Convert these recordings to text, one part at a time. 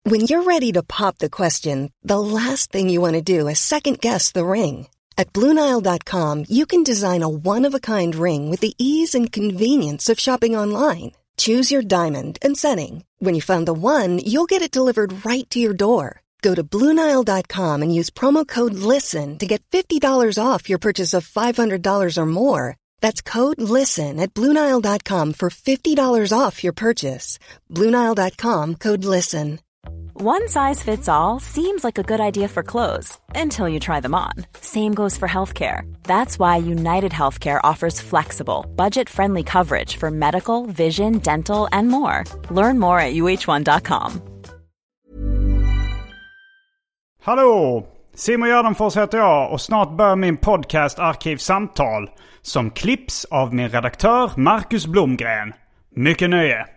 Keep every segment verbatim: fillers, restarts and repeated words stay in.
When you're ready to pop the question, the last thing you want to do is second-guess the ring. At Blue Nile dot com, you can design a one-of-a-kind ring with the ease and convenience of shopping online. Choose your diamond and setting. When you find the one, you'll get it delivered right to your door. Go to Blue Nile dot com and use promo code LISTEN to get fifty dollars off your purchase of five hundred dollars or more. That's code LISTEN at Blue Nile dot com for fifty dollars off your purchase. Blue Nile dot com, code LISTEN. One size fits all seems like a good idea for clothes until you try them on. Same goes for healthcare. That's why United Healthcare offers flexible, budget-friendly coverage for medical, vision, dental, and more. Learn more at U H one dot com. Hallå! Simon Gärdenfors heter jag och snart börjar min podcast Arkivsamtal som klipps av min redaktör Marcus Blomgren. Mycket nöje!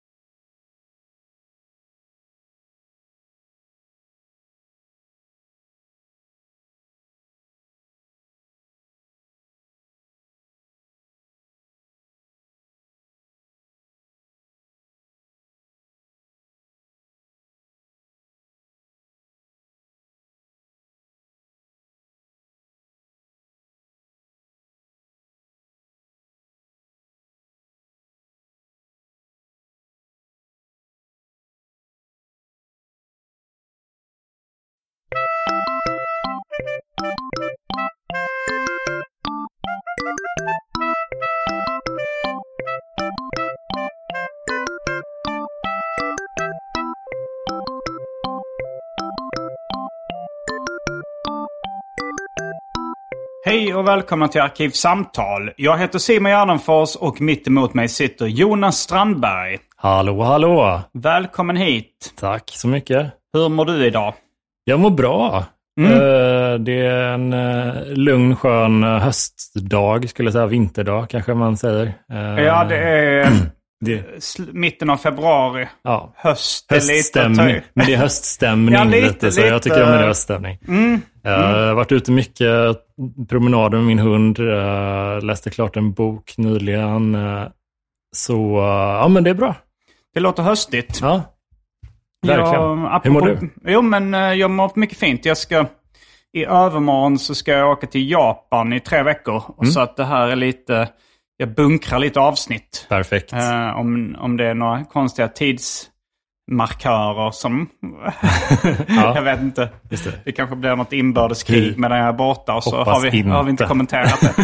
Hej och välkomna till Arkivsamtal. Jag heter Simon Gärdenfors och mitt emot mig sitter Jonas Strandberg. Hallå, hallå. Välkommen hit. Tack så mycket. Hur mår du idag? Jag mår bra. Mm. Det är en lugn, skön höstdag, skulle jag säga. Vinterdag kanske man säger. Ja, det är det. mitten av februari. Ja. Höst, höststämning. lite Men det är höststämning ja, lite, lite, så lite. jag tycker om det är höststämning. Mm. Jag har varit ute mycket, promenader med min hund, läste klart en bok nyligen. Så ja, men det är bra. Det låter höstigt. Ja, verkligen. Jag, Hur mår du? Jo, men jag mår mycket fint. Jag ska, i övermorgon så ska jag åka till Japan i tre veckor. Och mm. Så att det här är lite, jag bunkrar lite avsnitt. Perfekt. Eh, om, om det är några konstiga tidsmarkörer som, ja. Jag vet inte. Just det. Det kanske blir något inbördeskrig medan jag är borta och så har vi, har vi inte kommenterat det.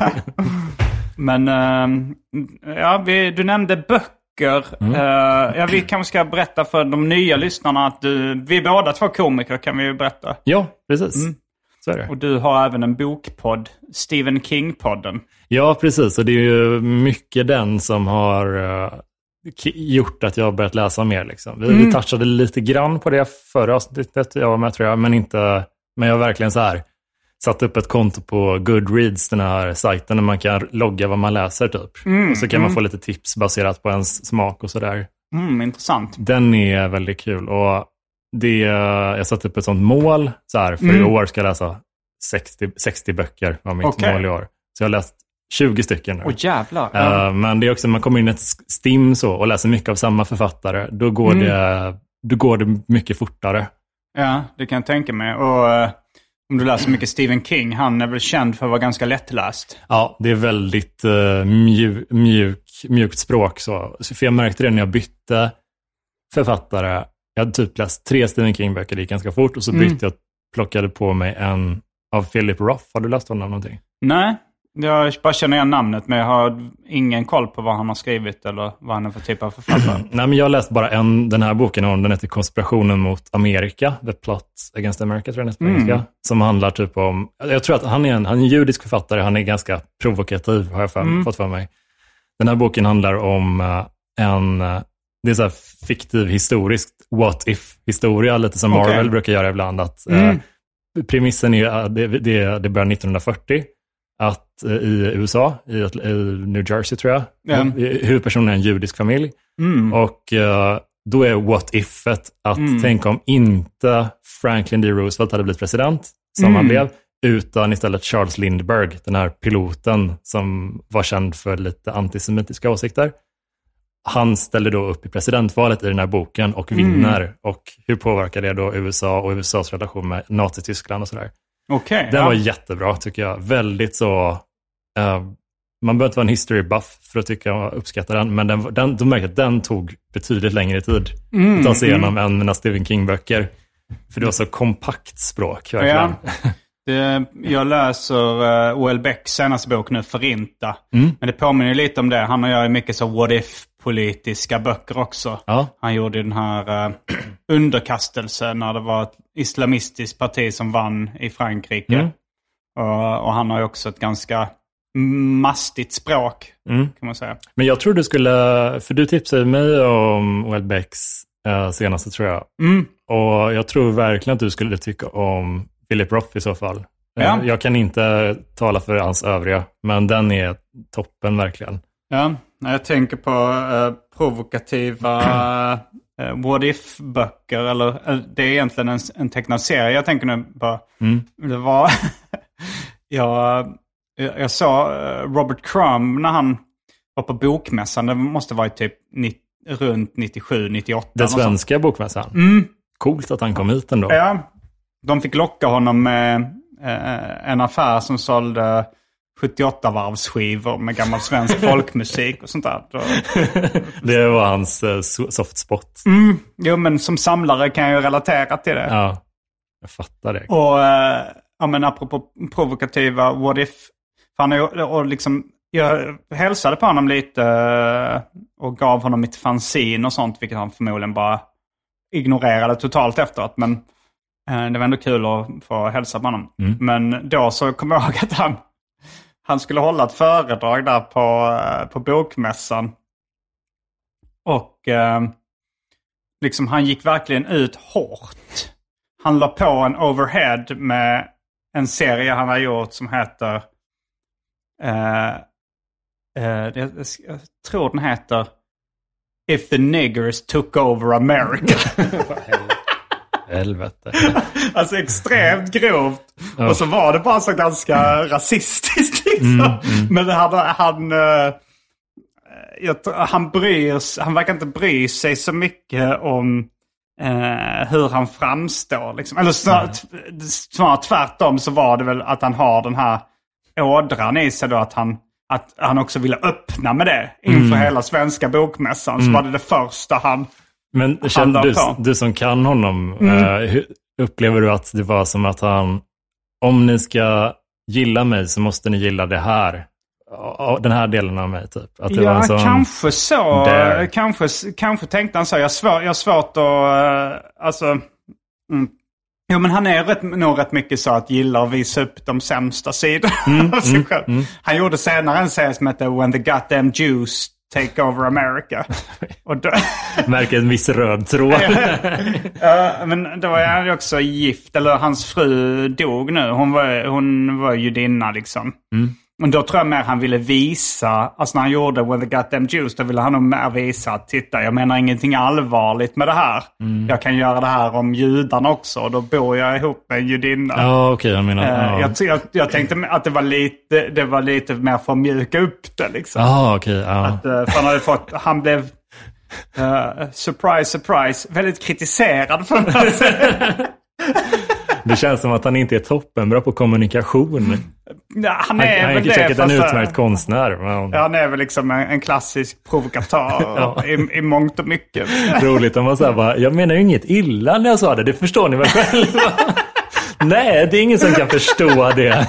Men uh, ja, vi, du nämnde böcker. Mm. Uh, ja, vi kanske ska berätta för de nya lyssnarna att du, vi är båda två komiker, kan vi ju berätta. Ja, precis. Mm. Så är det. Och du har även en bokpodd, Stephen King-podden. Ja, precis. Och det är ju mycket den som har uh, gjort att jag har börjat läsa mer. Liksom. Vi, mm. vi touchade lite grann på det förra avsnittet, jag var med tror jag, men inte, men jag har verkligen så här satt upp ett konto på Goodreads, den här sajten där man kan logga vad man läser typ. Mm, och så kan mm. man få lite tips baserat på ens smak och sådär. Mm, intressant. Den är väldigt kul. Och det, jag satt upp ett sånt mål så här, för mm. i år ska jag läsa sextio, sextio böcker var mitt okay. mål i år. Så jag har läst tjugo stycken nu. Åh jävlar. Uh, men det är också, man kommer in i ett stim så och läser mycket av samma författare. Då går, mm. det, då går det mycket fortare. Ja, det kan jag tänka mig. Och uh, om du läser mycket Stephen King, han är väl känd för att vara ganska lättläst. Ja, det är väldigt uh, mjuk, mjuk, mjukt språk. Så. För jag märkte det när jag bytte författare. Jag hade typ läst tre Stephen King-böcker, det gick ganska fort. Och så bytte mm. jag, plockade på mig en av Philip Roth. Har du läst honom någonting? Nej. Jag bara känner igen namnet, men jag har ingen koll på vad han har skrivit eller vad han är för typ av författare. Nej, men jag har läst bara en, den här boken om, den heter Konspirationen mot Amerika, The Plot Against America, tror jag nästan mm. som handlar typ om, jag tror att han är en, han är en judisk författare, han är ganska provokativ, har jag för, mm. fått för mig. Den här boken handlar om en, det är så här fiktiv historisk what-if-historia, lite som Marvel okay. brukar göra ibland, att mm. eh, premissen är, det, det, det börjar nittonhundrafyrtio, att i U S A, i, i New Jersey tror jag, mm. huvudpersonen är en judisk familj. Mm. Och uh, då är what-ifet att mm. tänka om inte Franklin D. Roosevelt hade blivit president, som mm. han blev, utan istället Charles Lindbergh, den här piloten som var känd för lite antisemitiska åsikter. han ställer då upp i presidentvalet i den här boken och vinner. Mm. Och hur påverkar det då U S A och U S A:s relation med Nazi-Tyskland och sådär. Okay, den ja. var jättebra tycker jag. Väldigt så... Uh, man behöver inte vara en history buff för att tycka och uppskatta den. Men den, den, du märker att den tog betydligt längre tid mm, att ta sig igenom mm. än mina Stephen King-böcker. För det var så kompakt språk, verkligen. Ja. Det, jag läser uh, O L Becks senaste bok nu, Förinta. Mm. Men det påminner lite om det. Han har ju mycket så what if-politiska böcker också. Ja. Han gjorde den här uh, underkastelsen när det var ett islamistiskt parti som vann i Frankrike. Mm. Uh, och han har ju också ett ganska mastigt språk, mm. kan man säga. Men jag tror du skulle, för du tipsade mig om O L Becks uh, senaste tror jag. Mm. Och jag tror verkligen att du skulle tycka om Philip Roth i så fall. Ja. Jag kan inte tala för hans övriga, men den är toppen verkligen. Ja, jag tänker på uh, provokativa uh, what if-böcker. Eller, uh, det är egentligen en, en tecknad serie. Jag tänker nu på, mm. det var, jag, jag såg uh, Robert Crumb när han var på bokmässan. Det måste vara typ nittio, runt nittiosju nittioåtta. Den svenska bokmässan? Mm. Coolt att han kom hit ändå. Ja, de fick locka honom med eh, en affär som sålde sjuttioåtta-varvsskivor med gammal svensk folkmusik och sånt där. Det var hans eh, soft spot. Mm, jo, men som samlare kan jag ju relatera till det. Ja, jag fattar det. Och eh, ja, men apropå provokativa what if, fan, och, och liksom, jag hälsade på honom lite och gav honom mitt fanzine och sånt, vilket han förmodligen bara ignorerade totalt efteråt, men eh, det var ändå kul att få hälsa på honom. Mm. Men då så kom jag ihåg att han, han skulle hålla ett föredrag där på, eh, på bokmässan. Och eh, liksom han gick verkligen ut hårt. Han la på en overhead med en serie han har gjort som heter eh, eh, det, jag tror den heter If the Niggers Took Over America. Helvete. Alltså extremt grovt. Oh. Och så var det bara så ganska rasistiskt liksom. Mm, mm. Men han, han, jag, han, bryr, han verkar inte bry sig så mycket om eh, hur han framstår. Liksom. Eller snart, mm. snart tvärtom så var det väl att han har den här ådran i sig då, att han att han också ville öppna med det inför mm. hela svenska bokmässan. Så mm. var det det första han Men kände du, du som kan honom, mm. uh, upplever du att det var som att han, om ni ska gilla mig så måste ni gilla det här, den här delen av mig typ? Att det ja, var en sån kanske så. Kanske, kanske tänkte han så. Jag har svår, jag svårt att, uh, alltså... Mm. Jo, men han är rätt, nog rätt mycket så att gilla och visa upp de sämsta sidorna mm, av sig själv. Mm, mm. Han gjorde senare en serie som heter When the Goddamn Jews Take Over America. Och då... Märker en viss röd tråd. uh, men då var han också gift, eller hans fru dog nu. Hon var, hon var judinna liksom. Mm. Och då tror jag mer han ville visa, alltså när han gjorde When the Goddamn Jews, då ville han nog mer visa att titta, jag menar ingenting allvarligt med det här. Mm. Jag kan göra det här om judarna också, och då bor jag ihop med en judinna. Ja, okej, okay, jag menar. Uh, ja. jag, jag, jag tänkte att det var lite, det var lite mer för att mjuka upp det liksom. Ja, okej. Okay, ja. Att, uh, för han hade fått, han blev, uh, surprise, surprise, väldigt kritiserad för det. Det känns som att han inte är toppenbra på kommunikation. Ja, han är, han, han är säkert en utmärkt konstnär. Men... Ja, han är väl liksom en, en klassisk provokatör ja. i, i mångt och mycket. Roligt om man säger bara, jag menar ju inget illa när jag sa det, det förstår ni väl själva. Nej, det är ingen som kan förstå det.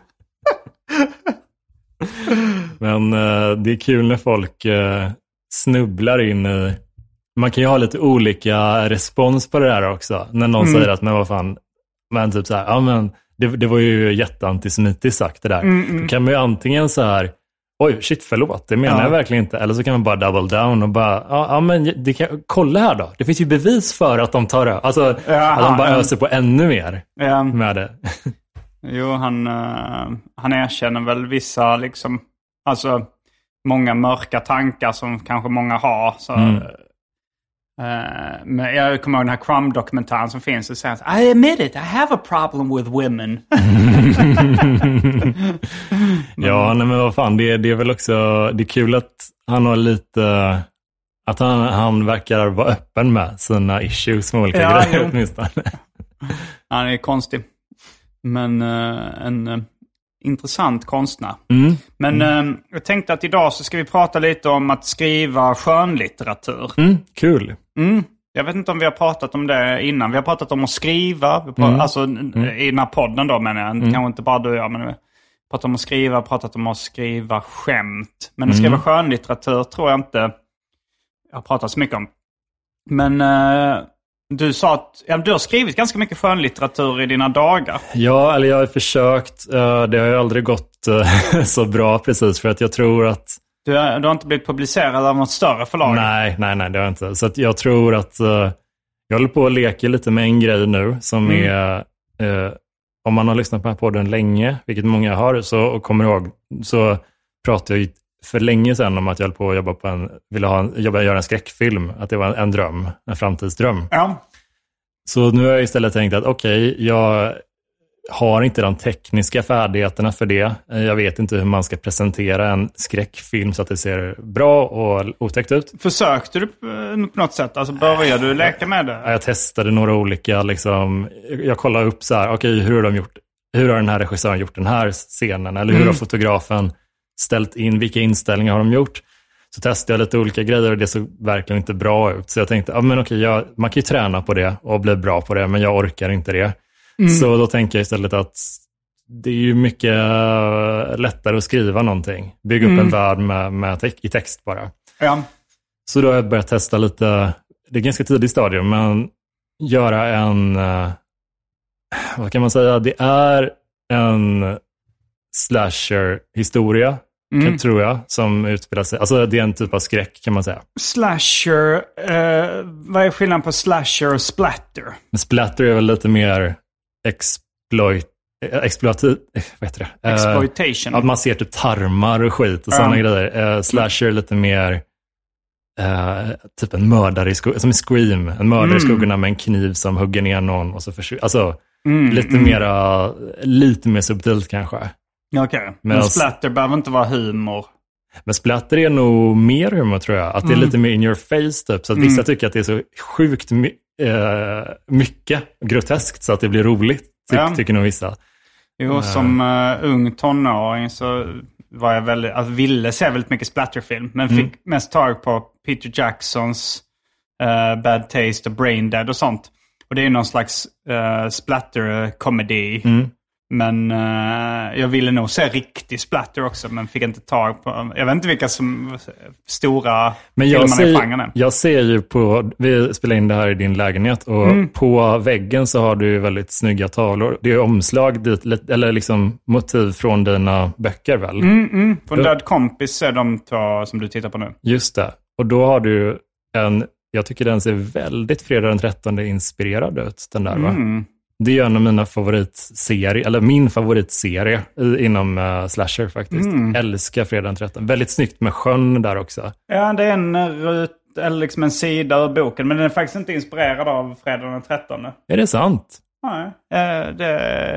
Men uh, det är kul när folk uh, snubblar in i... Man kan ju ha lite olika respons på det där också. När någon mm. säger att, men vad fan... Men typ så här, ja men det, det var ju jätteantisemitiskt sagt det där. Mm, mm. Då kan man ju antingen så här, oj shit förlåt, det menar ja. jag verkligen inte. Eller så kan man bara double down och bara, ja, ja men det kan, kolla här då. Det finns ju bevis för att de tar det. Alltså ja, att de bara ja. öser på ännu mer ja. med det. Jo, han, uh, han erkänner väl vissa liksom, alltså många mörka tankar som kanske många har. Så... Mm. Uh, men jag kommer ihåg den här Crumb-dokumentären som finns och säger att I admit it, I have a problem with women. Ja, nej, men vad fan, det, det är väl också, det är kul att han har lite Att han, han verkar vara öppen med sina issues med olika ja, grejer åtminstone. Han är konstig. Men uh, en uh, intressant konstnär. Mm. Men uh, jag tänkte att idag så ska vi prata lite om att skriva skönlitteratur. Mm, kul. Mm. Jag vet inte om vi har pratat om det innan. Vi har pratat om att skriva. Vi pratat, mm. Alltså mm. i den här podden då menar jag. Mm. Kanske inte bara du och jag. Men vi har pratat om att skriva. Pratat om att skriva skämt. Men att skriva mm. skönlitteratur tror jag inte jag har pratat så mycket om. Men uh, du sa att ja, du har skrivit ganska mycket skönlitteratur i dina dagar. Ja, eller jag har försökt. Uh, det har ju aldrig gått uh, så bra precis. För att jag tror att Du har, du har inte blivit publicerad av något större förlag? Nej, nej, nej, det har jag inte. Så att jag tror att uh, jag håller på att leka lite med en grej nu som mm. är, uh, om man har lyssnat på den här podden länge, vilket många har, så, och kommer ihåg, så pratade jag för länge sedan om att jag höll på att jobba på en, ville ha en, jobba, göra en skräckfilm, att det var en, en dröm, en framtidsdröm. Ja. Så nu har jag istället tänkt att okej, okay, jag har inte de tekniska färdigheterna för det. Jag vet inte hur man ska presentera en skräckfilm så att det ser bra och otäckt ut. Försökte du på något sätt? Alltså började du leka med det? Jag testade några olika, liksom, jag kollade upp så här, okej, okay, hur har de gjort, hur har den här regissören gjort den här scenen? Eller hur mm. har fotografen ställt in, vilka inställningar har de gjort? Så testade jag lite olika grejer och det såg verkligen inte bra ut. Så jag tänkte, ja men okej, jag, man kan ju träna på det och bli bra på det, men jag orkar inte det. Mm. Så då tänker jag istället att det är ju mycket lättare att skriva någonting. Bygga upp mm. en värld med, med te- i text bara. Ja. Så då har jag börjat testa lite, det är ganska tidigt stadium, men göra en, vad kan man säga, det är en slasher-historia, mm. tror jag, som utspelar sig, alltså det är en typ av skräck kan man säga. Slasher, eh, vad är skillnaden på slasher och splatter? Splatter är väl lite mer exploit, exploativ, vad heter det? Exploitation. Uh, att man ser typ tarmar och skit och sådana um. grejer. Uh, slasher är lite mer uh, typ en mördare i skuggan, som i Scream, en mördare mm. i skuggorna med en kniv som hugger ner någon och så försvinner. Alltså mm, lite mm. mera, lite mer subtilt kanske. Okej, okay. Men, men splatter behöver inte vara humor. Men splatter är nog mer humor tror jag. Att det är mm. lite mer in your face typ. Så att vissa mm. tycker att det är så sjukt my- uh, mycket groteskt så att det blir roligt. Ty- ja. Tycker nog vissa. Jo, uh. som uh, ung tonåring så var jag väldigt, alltså, ville se väldigt mycket splatterfilm. Men fick mm. mest tag på Peter Jacksons uh, Bad Taste och Brain Dead och sånt. Och det är någon slags uh, splatter-komedi. Mm. Men uh, jag ville nog se riktig splatter också, men fick inte tag på. Jag vet inte vilka som stora men jag filmerna ser, i genren. Jag ser ju på, vi spelar in det här i din lägenhet och mm. på väggen så har du väldigt snygga tavlor. Det är omslag dit, eller liksom motiv från dina böcker väl? Mm, mm. På en död kompis är de två som du tittar på nu. Just det. Och då har du en, jag tycker den ser väldigt fredag den trettonde inspirerad ut, den där va? Mm. Det är en av mina favoritserier, eller min favoritserie inom uh, slasher faktiskt. Mm. Älskar fredag den trettonde. Väldigt snyggt med sjön där också. Ja, det är en rut, eller liksom en sida ur boken, men den är faktiskt inte inspirerad av fredag den trettonde. Är det sant? Nej, det,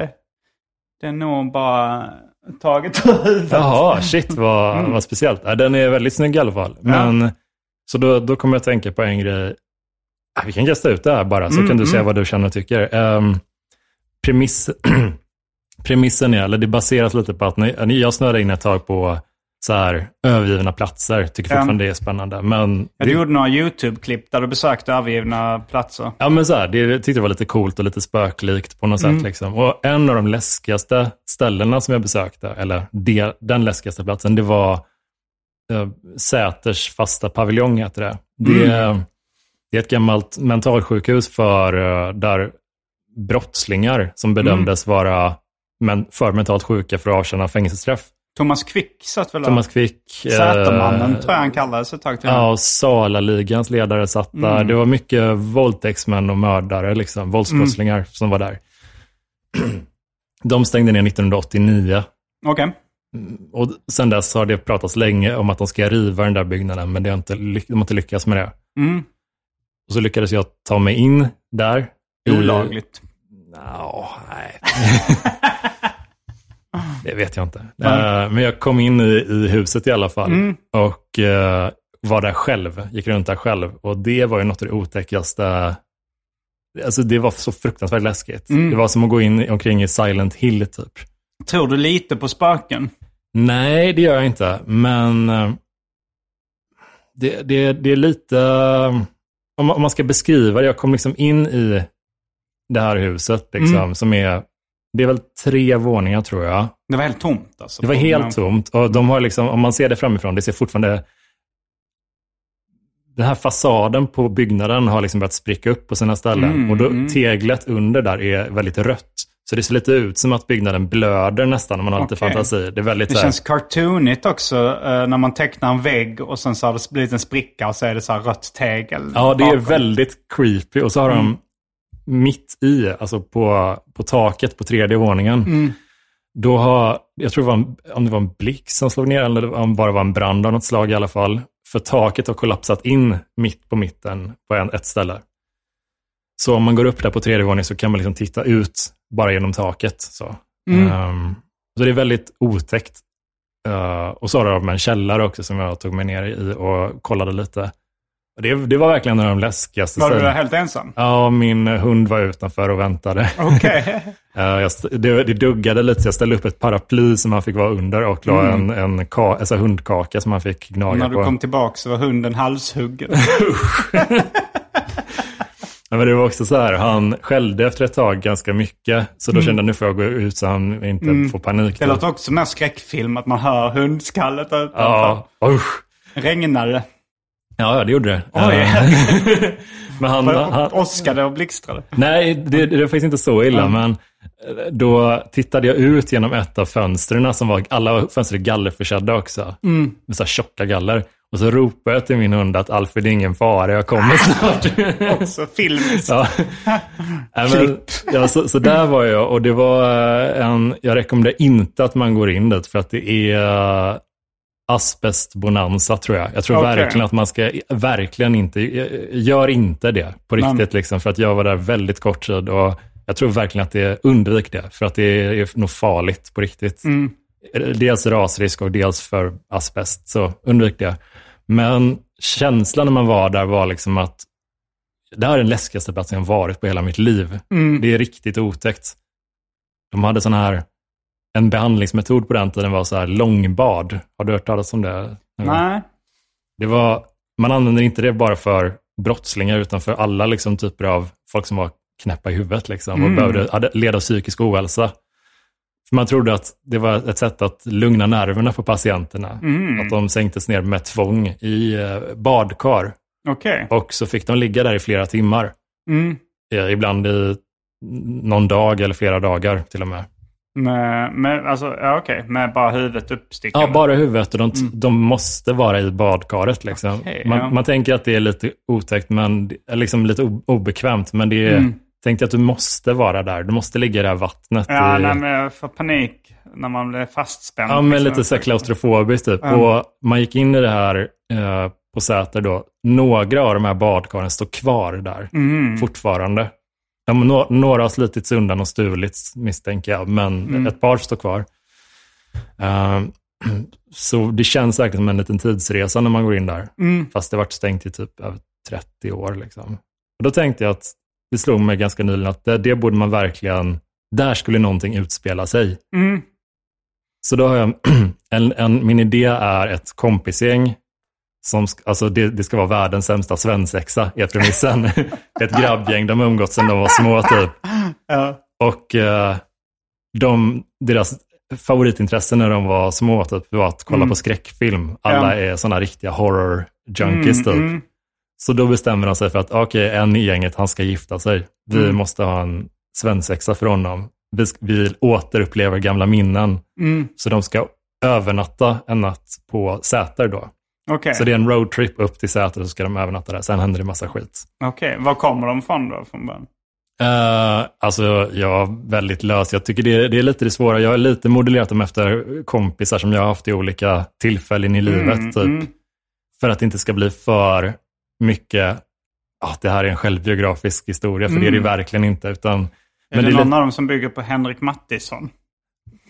det är nog bara taget ur huvudet. Jaha, shit vad, mm. vad speciellt. Ja, den är väldigt snygg i alla fall. Men, ja. Så då, då kommer jag att tänka på en grej. Vi kan gästa ut det här bara, så mm, kan du mm. säga vad du känner och tycker. Um, premiss, premissen är, eller det baseras lite på att ni, jag snöade in ett tag på så här övergivna platser. Tycker fortfarande um, det är spännande. Men jag det, gjorde några YouTube-klipp där du besökte övergivna platser. Ja, men så här, det jag tyckte det var lite coolt och lite spöklikt på något mm. sätt. Liksom. Och en av de läskigaste ställena som jag besökte, eller det, den läskigaste platsen, det var uh, Säters fasta paviljong heter det. Det är mm. Det är ett gammalt mentalsjukhus för där brottslingar som bedömdes mm. vara men, för mentalt sjuka för att avtjäna fängelsestraff. Thomas Quick satt väl där? Thomas Quick. Sätermannen eh, tror jag han kallades ett tag till. Ja, och Sala-ligans ledare satt där. Mm. Det var mycket våldtäktsmän och mördare, liksom, våldsbrottslingar mm. som var där. De stängde ner nittonhundraåttionio. Okej. Okay. Och sen dess har det pratats länge om att de ska riva den där byggnaden, men det har inte, de har inte lyckats med det. Mm. Och så lyckades jag ta mig in där. Olagligt. No, nej. Det vet jag inte. Uh, men jag kom in i, i huset i alla fall. Mm. Och uh, var där själv, gick runt där själv. Och det var ju något av det otäckaste. Alltså det var så fruktansvärt läskigt. Mm. Det var som att gå in omkring i Silent Hill typ. Tror du lite på spöken? Nej, det gör jag inte. Men det, det, det är lite... Om man, om man ska beskriva det, jag kom liksom in i det här huset liksom, mm. som är... Det är väl tre våningar tror jag. Det var helt tomt alltså. Det var helt tomt. Och de har liksom, om man ser det framifrån, det ser fortfarande... Den här fasaden på byggnaden har liksom börjat spricka upp på sina ställen. Mm, och då, mm. teglet under där är väldigt rött. Så det ser lite ut som att byggnaden blöder nästan om man har okay. lite fantasi. Det, är väldigt, det känns cartoonigt också eh, när man tecknar en vägg och sen så har det blivit en spricka och så är det så här rött tegel. Ja, det bakom. Är väldigt creepy. Och så har mm. de mitt i, alltså på, på taket på tredje våningen. Mm. Då har, jag tror det var en, om det var en blick som slog ner eller om det bara var en brand av något slag i alla fall. För taket har kollapsat in mitt på mitten på en, ett ställe. Så om man går upp där på tredje våningen så kan man liksom titta ut bara genom taket. Så, mm. um, så det är väldigt otäckt. Uh, och så har de en källare också som jag tog mig ner i och kollade lite. Och det, det var verkligen en av de läskigaste. Var du där helt ensam? Ja, min hund var utanför och väntade. Okej. Okay. uh, det, det duggade lite så jag ställde upp ett paraply som man fick vara under och la mm. en, en ka, alltså hundkaka som man fick gnaga på. När du på. kom tillbaka så var hunden halshuggen. Ja, men det var också så här, han skällde efter ett tag ganska mycket. Så då mm. kände jag nu får jag gå ut så han inte mm. får panik. Det låter också mer skräckfilm att man hör hundskallet utanför. Ja, usch. Regnade. Ja, det gjorde det. Oj. Men han, han åskade och blixtrade. Nej, det, det var faktiskt inte så illa. Mm. Men då tittade jag ut genom ett av fönstren som var, alla fönster är gallerförsedda också. Mm. Med så här tjocka galler. Och så ropade jag till min hund att Alfred, det är ingen fara, jag kommer snart. Också filmiskt. Ja. Men, ja, så, så där var jag. Och det var en, jag rekommenderar inte att man går in dit för att det är asbestbonanza tror jag. Jag tror okay. verkligen att man ska, verkligen inte, gör inte det på riktigt Men. liksom. För att jag var där väldigt kort tid och jag tror verkligen att det undvik det. För att det är nog farligt på riktigt. Mm. Dels rasrisk och dels för asbest, så undvik det. Men känslan när man var där var liksom att det här är den läskigaste platsen jag varit på hela mitt liv. Mm. Det är riktigt otäckt. De hade sån här, en behandlingsmetod på den tiden var så här långbad. Har du hört talas om det? Nej. Det var, man använder inte det bara för brottslingar utan för alla liksom typer av folk som var knäppa i huvudet liksom, mm. och behövde, hade leda psykisk ohälsa. För man trodde att det var ett sätt att lugna nerverna på patienterna. Mm. Att de sänktes ner med tvång i eh, badkar. Okay. Och så fick de ligga där i flera timmar. Mm. Eh, ibland i någon dag eller flera dagar till och med. Med, med, alltså, ja, okej. Okay. Med bara huvudet uppstickat? Ja, bara huvudet. Och de, mm. de måste vara i badkaret. Liksom. Okay, man, ja. man tänker att det är lite otäckt, men liksom lite obekvämt. Men det är... Mm. Tänkte att du måste vara där. Du måste ligga i det här vattnet. Ja, i... nej, men jag får panik när man blir fastspänd. Ja, men liksom. Lite så klaustrofobiskt typ. Mm. Och man gick in i det här eh, på Säter då. Några av de här badkaren står kvar där. Mm. Fortfarande. De, no- några har slitits undan och stulits misstänker jag. Men mm. ett par står kvar. Uh, så det känns säkert som en liten tidsresa när man går in där. Mm. Fast det har varit stängt i typ över trettio år liksom. Och då tänkte jag att det slog mig ganska nyligen att det, det borde man verkligen, där skulle någonting utspela sig. Mm. Så då har jag, en, en, min idé är ett kompisgäng som, alltså det, det ska vara världens sämsta svensexa i premissen. Ett grabbgäng, de har umgått sedan de var små typ. Ja. Och uh, de, deras favoritintresse när de var små typ var att kolla mm. på skräckfilm. Alla ja. är sådana riktiga horror junkies mm, typ. Mm. Så då bestämmer de sig för att okej, okay, en i gänget, han ska gifta sig. Vi mm. måste ha en svensexa för honom. Vi, vi återupplever gamla minnen. Mm. Så de ska övernatta en natt på Säter då. Okay. Så det är en roadtrip upp till Säter och så ska de övernatta där. Sen händer det massa skit. Okej, okay. Var kommer de från då? Från början? Uh, alltså, jag är väldigt lös. Jag tycker det är, det är lite det svåra. Jag är lite modellerat dem efter kompisar som jag har haft i olika tillfällen i livet. Mm, typ. Mm. För att det inte ska bli för mycket, ah, det här är en självbiografisk historia, för mm. det är det verkligen inte. Utan, är men det, det någon li- av dem som bygger på Henrik Mattisson?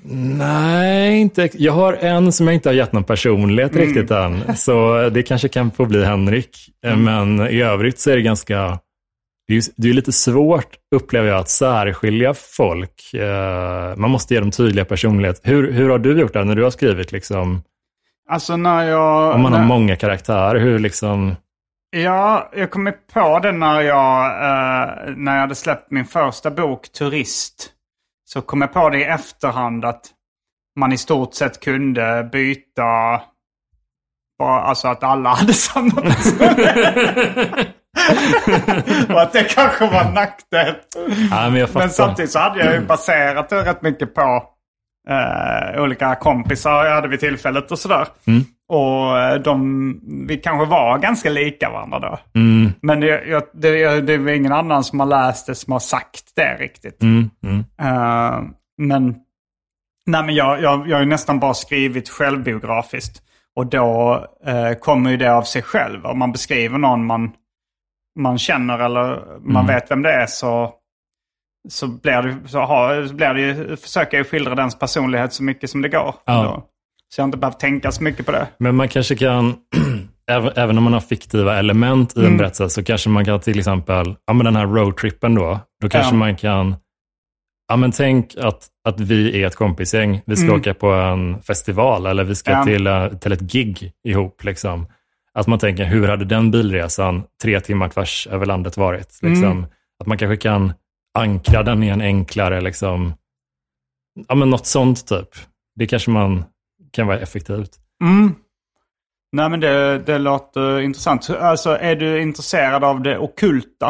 Nej, inte. Jag har en som jag inte har gett någon personlighet mm. riktigt än. Så det kanske kan få bli Henrik. Mm. Men i övrigt så är det ganska... Det är, det är lite svårt, upplever jag, att särskilja folk. Man måste ge dem tydliga personlighet. Hur, hur har du gjort det när du har skrivit liksom... Alltså när jag... Om man när... har många karaktärer, hur liksom... Ja, jag kom på det när jag, eh, när jag hade släppt min första bok, Turist. Så kom jag på det i efterhand att man i stort sett kunde byta... Bara, alltså att alla hade samma personlighet. Och att det kanske var en nackdel. Ja, men, men samtidigt så hade jag ju baserat det rätt mycket på eh, olika kompisar jag hade vid tillfället och sådär. Mm. Och de, vi kanske var ganska lika varandra då. Mm. Men det, jag, det, det är ingen annan som har läst det som har sagt det riktigt. Mm. Mm. Uh, men nej, men jag, jag, jag har ju nästan bara skrivit självbiografiskt. Och då uh, kommer ju det av sig själv. Om man beskriver någon man, man känner eller man mm. vet vem det är så... Så blir det, så har, så blir det ju, försöker jag skildra dens personlighet så mycket som det går. Ja. Så jag har inte behövt tänka så mycket på det. Men man kanske kan, även, även om man har fiktiva element i en mm. berättelse, så kanske man kan till exempel, ja men den här roadtrippen då, då kanske ja. man kan, ja men tänk att, att vi är ett kompisgäng, vi ska mm. åka på en festival eller vi ska ja. till, till ett gig ihop liksom. Att man tänker, hur hade den bilresan tre timmar tvärs över landet varit? Liksom. Mm. Att man kanske kan ankra den i en enklare liksom, ja men något sånt typ. Det kanske man kan vara effektivt. Mm. Nej men det, det låter intressant. Alltså är du intresserad av det ockulta?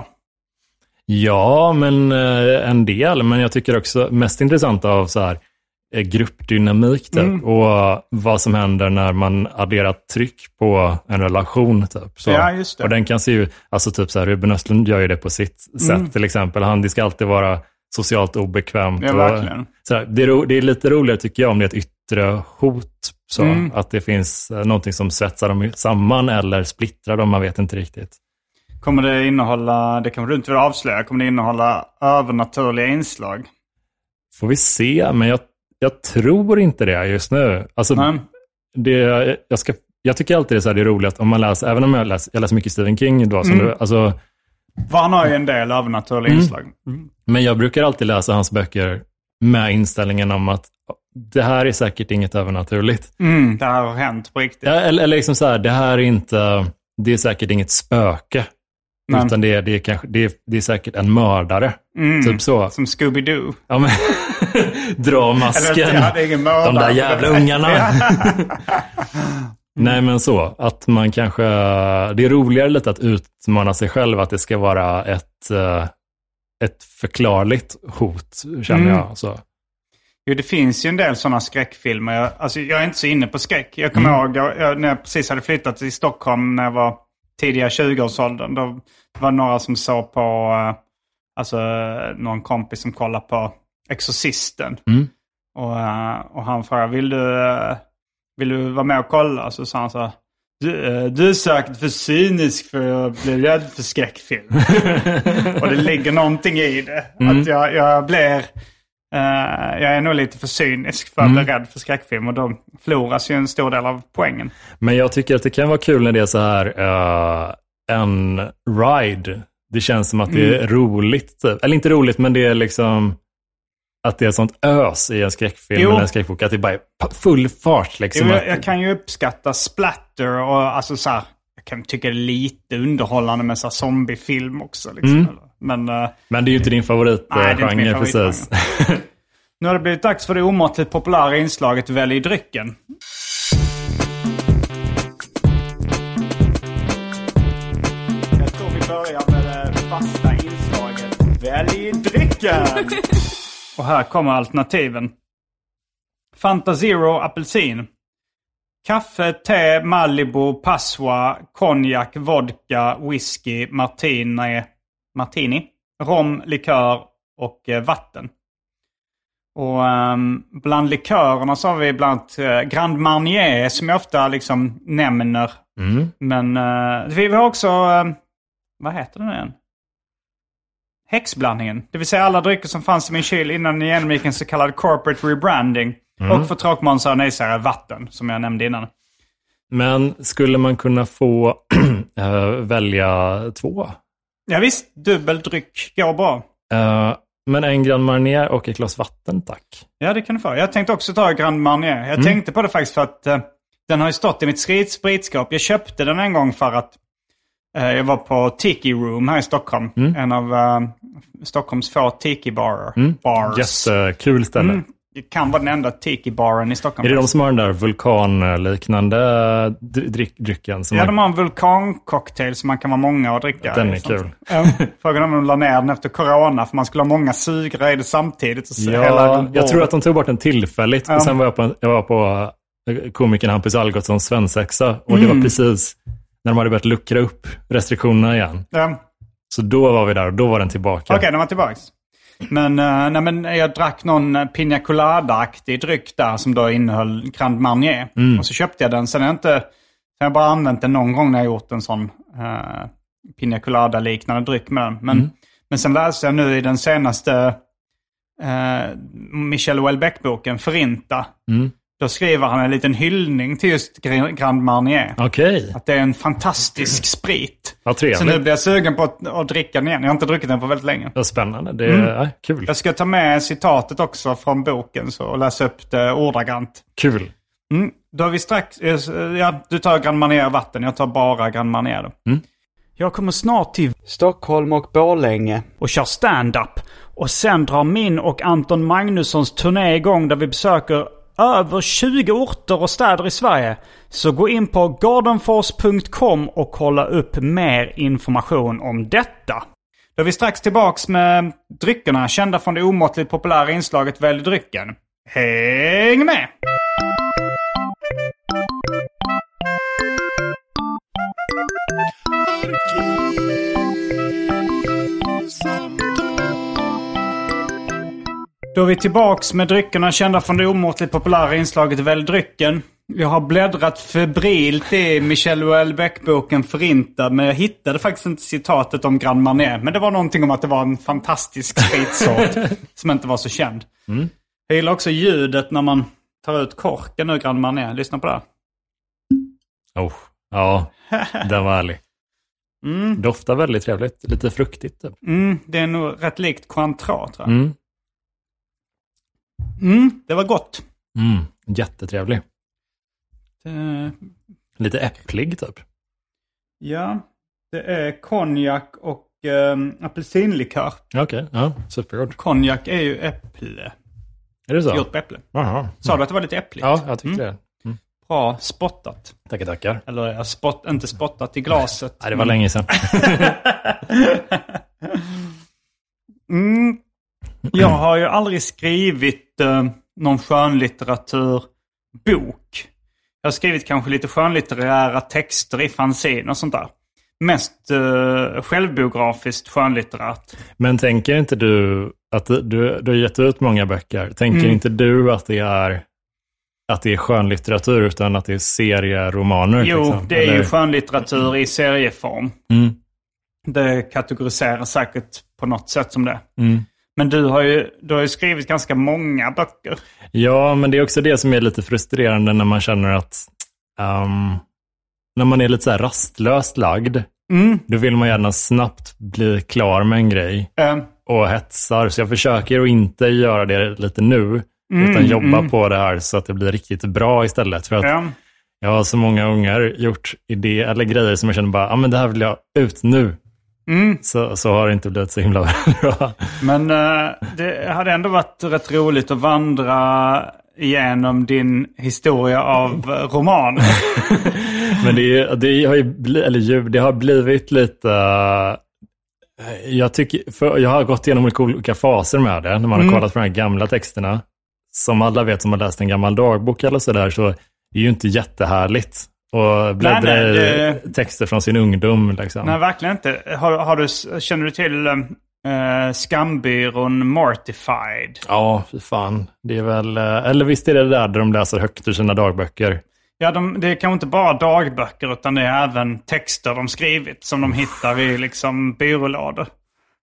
Ja, men eh, en del. Men jag tycker också mest intressant av så här eh, gruppdynamik typ. Mm. Och vad som händer när man adderar tryck på en relation typ. Så, ja, just det. Och den kan se ju, alltså typ så här, Ruben Östlund gör ju det på sitt mm. sätt till exempel. Han, det ska alltid vara socialt obekvämt. Ja, verkligen. Och, så här, det, är, det är lite roligare tycker jag om det är ett yttre hot. Så mm. att det finns någonting som svetsar dem samman eller splittrar dem, man vet inte riktigt. Kommer det innehålla, det kanske du inte vill avslöja, kommer det innehålla övernaturliga inslag? Får vi se, men jag, jag tror inte det just nu. Alltså, det, jag, ska, jag tycker alltid det är, så här, det är roligt om man läser, även om jag läser, jag läser mycket Stephen King då. Som mm. du, alltså, han har ju en del övernaturliga mm. inslag. Mm. Men jag brukar alltid läsa hans böcker med inställningen om att det här är säkert inget övernaturligt. Mm, det här har hänt på riktigt. Ja, eller, eller liksom så här, det här är inte, det är säkert inget spöke. Nej. Utan det är, det, är kanske, det, är, det är säkert en mördare. Mm, typ så. Som Scooby-Doo. Ja, men dra masken. Eller, ja, det är ingen mördare. De där jävla ungarna. Nej, men så. Att man kanske, det är roligare lite att utmana sig själv. Att det ska vara ett, ett förklarligt hot, känner mm. jag. Så. Jo, det finns ju en del sådana skräckfilmer. Jag, alltså, jag är inte så inne på skräck. Jag kommer mm. ihåg jag, jag, när jag precis hade flyttat till Stockholm när jag var tidiga tjugoårsåldern. Då var det några som såg på, uh, alltså någon kompis som kollade på Exorcisten. Mm. Och, uh, och han frågade, vill du, uh, vill du vara med och kolla? Så sa han så här, du, uh, du är säkert för cynisk för att bli rädd för skräckfilm. Och det ligger någonting i det. Mm. Att jag, jag blir... Uh, jag är nog lite för cynisk för att mm. bli rädd för skräckfilm och då förloras ju en stor del av poängen. Men jag tycker att det kan vara kul när det är så här uh, en ride. Det känns som att det är mm. roligt. Eller inte roligt, men det är liksom att det är sånt ös i en skräckfilm jo. eller en skräckbok. Att det bara är full fart liksom. Jo, jag, jag kan ju uppskatta splatter och alltså så här, jag kan tycka det är lite underhållande med så här zombiefilm också liksom. Mm. Men, uh, men det är ju inte din favoritgenre uh, precis. Nu har det blivit dags för det omåttligt populära inslaget Välj drycken. Jag tror vi börjar med det fasta inslaget Välj drycken. Och här kommer alternativen. Fanta Zero apelsin. Kaffe, te, Malibu, Passoa, konjak, vodka, whisky, martini, martini, rom, likör och eh, vatten. Och um, bland likörerna så har vi bland uh, Grand Marnier som jag ofta liksom nämner. Mm. Men uh, vi har också, uh, vad heter den igen? Häxblandningen. Det vill säga alla drycker som fanns i min kyl innan den genomgick en så kallad corporate rebranding. Mm. Och för tråkmånsar och nejsare vatten, som jag nämnde innan. Men skulle man kunna få äh, välja två? Ja visst, dubbeldryck går bra. Uh, men en Grand Marnier och ett glas vatten, tack. Ja, det kan du få. Jag tänkte också ta Grand Marnier. Jag mm. tänkte på det faktiskt för att uh, den har ju stått i mitt spritskåp. Jag köpte den en gång för att uh, jag var på Tiki Room här i Stockholm. Mm. En av uh, Stockholms få tiki-barer. Mm. Bars. Jättekul ställe. Mm. Det kan vara den enda tiki-baren i Stockholm. Är det de som har den där vulkanliknande dryck, drycken? Som ja, man... de har en vulkancocktail som man kan vara många och dricka. Den är kul. Frågan om de la ner den efter corona för man skulle ha många sugrör i det samtidigt. Och ja, hela jag tror att de tog bort den tillfälligt. Ja. Och sen var jag på, jag var på komikern Hampus Algotssons svensexa. Och mm. det var precis när de hade börjat luckra upp restriktionerna igen. Ja. Så då var vi där och då var den tillbaka. Okej, okay, den var tillbaka. Men, uh, nej, men jag drack någon Pina Colada-aktig dryck där som då innehöll Grand Marnier. Mm. Och så köpte jag den. Sen har jag inte, sen har jag bara använt den någon gång när jag gjort en sån uh, Pina Colada-liknande dryck med den. Men, mm. men sen läste jag nu i den senaste uh, Michel Houellebecq-boken, Förinta. Mm. Då skriver han en liten hyllning till just Grand Marnier. Okej. Okay. Att det är en fantastisk sprit. Vad trevligt. Så nu blir jag sugen på att, att dricka den igen. Jag har inte druckit den på väldigt länge. Det är spännande. Det är mm. ja, kul. Jag ska ta med citatet också från boken så, och läsa upp det ordagrant. Kul. Mm. Då har vi strax... Ja, du tar Grand Marnier vatten. Jag tar bara Grand Marnier då. Mm. Jag kommer snart till Stockholm och Borlänge och kör stand-up. Och sen drar min och Anton Magnussons turné igång där vi besöker över tjugo orter och städer i Sverige. Så gå in på gardenfors punkt com och kolla upp mer information om detta. Då är vi strax tillbaks med dryckerna kända från det omåttligt populära inslaget Välj drycken. Häng med! Då är vi tillbaks med dryckerna kända från det omåttligt populära inslaget Välj drycken. Jag har bläddrat febrilt i Michel Houellebecq-boken Förinta, men jag hittade faktiskt inte citatet om Grand Marnier. Men det var någonting om att det var en fantastisk spritsort som inte var så känd. Mm. Jag gillar också ljudet när man tar ut korken ur Grand Marnier. Lyssna på det. Oh, ja, den var ärlig. Mm. Doftar väldigt trevligt. Lite fruktigt. Typ. Mm, det är nog rätt likt Cointreau, tror jag. Mm. Mm, det var gott. Mm, jättetrevlig. Det... Lite äpplig typ. Ja, det är konjak och ähm, apelsinlikör. Okej, okay, ja, supergott. Konjak är ju äpple. Är det så? Gjort på äpple. Aha. Sa mm. du att det var lite äppligt? Ja, jag tyckte mm. det. Mm. Bra spottat. Tackar, tackar. Eller jag spott, inte spottat i glaset. Nej, det var men... länge sedan. mm. Jag har ju aldrig skrivit uh, någon skönlitteraturbok. Jag har skrivit kanske lite skönlitterära texter i fanzine och sånt där. Mest uh, självbiografiskt skönlitterärt. Men tänker inte du att du, du, du har gett ut många böcker. Tänker mm. inte du att det är att det är skönlitteratur utan att det är serieromaner? Jo, liksom, det är eller? ju skönlitteratur i serieform. Mm. Det kategoriserar säkert på något sätt som det. Mm. Men du har, ju, du har ju skrivit ganska många böcker. Ja, men det är också det som är lite frustrerande när man känner att um, när man är lite så här rastlöst lagd, mm. då vill man gärna snabbt bli klar med en grej mm. och hetsar. Så jag försöker att inte göra det lite nu, mm, utan jobba mm. på det här så att det blir riktigt bra istället. För att mm. jag har så många gånger gjort idé eller grejer som jag känner bara, ja ah, men det här vill jag ut nu. Mm. Så, så har det inte blivit så himla bra. Men uh, det hade ändå varit rätt roligt att vandra igenom din historia av roman. Men det, det, har ju bli, eller, det har blivit lite... Uh, jag, tycker, för, jag har gått igenom olika faser med det. När man mm. har kollat på de här gamla texterna. Som alla vet som har läst en gammal dagbok eller sådär, så är det ju inte jättehärligt. Och bläddra nej, nej, det... texter från sin ungdom. Liksom. Nej, verkligen inte. Har, har du, känner du till uh, skambyrån Mortified? Ja, för fan. Det är väl, eller visst är det där där de läser högt ur sina dagböcker? Ja, de, det är kanske inte bara dagböcker utan det är även texter de skrivit som de hittar i liksom byrålådor.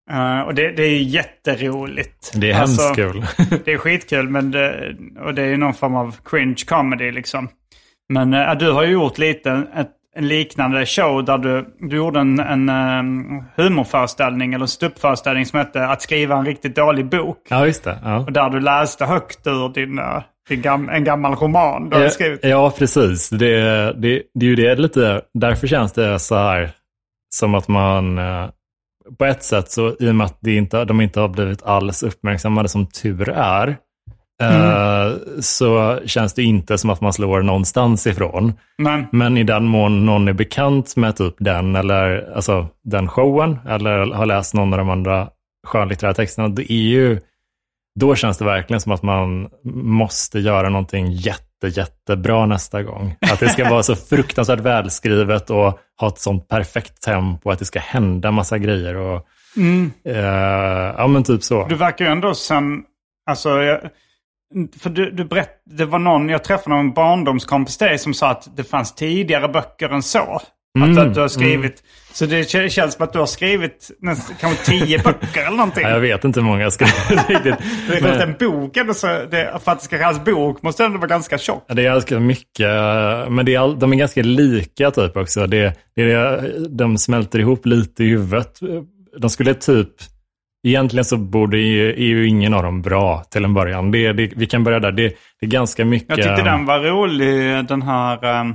Uh, och det, det är jätteroligt. Det är alltså, hemskt kul. Det är skitkul, men det, och det är ju någon form av cringe comedy liksom. Men uh, du har ju gjort lite ett, en liknande show där du, du gjorde en, en um, humorföreställning eller ståuppföreställning som hette Att skriva en riktigt dålig bok. Ja, just det. Ja. Och där du läste högt ur din, uh, din gam, en gammal roman du ja, skrivit. Ja, precis. Det, det, det är ju det lite, därför känns det så här som att man... Uh, på ett sätt så i och med att det inte, de inte har blivit alls uppmärksammade som tur är mm. eh, så känns det inte som att man slår någonstans ifrån. Nej. Men i den mån någon är bekant med typ den eller alltså den showen eller har läst någon av de andra skönlitterära texterna, det är ju, då känns det verkligen som att man måste göra någonting jätte, jättebra nästa gång. Att det ska vara så fruktansvärt välskrivet och ha ett sånt perfekt tempo, att det ska hända massa grejer. Och, mm. eh, ja, men typ så. Du verkar ju ändå sen, alltså, jag, för du, du berätt, det var någon, jag träffade någon barndomskompis till dig som sa att det fanns tidigare böcker än så. Mm, att, att du har skrivit, mm. så det känns som att du har skrivit nästan, kanske tio böcker eller någonting. Ja, jag vet inte hur många jag skrivit riktigt. Det är men... en bok, eller så, det, för att det ska kallas bok måste det ändå vara ganska tjock. Ja, det är ganska mycket, men det är all, de är ganska lika typ också. Det, det är, de smälter ihop lite i huvudet. De skulle typ, egentligen så borde ju, är ju ingen av dem bra till en början. Det, det, vi kan börja där, det, det är ganska mycket. Jag tyckte den var rolig, den här... Um...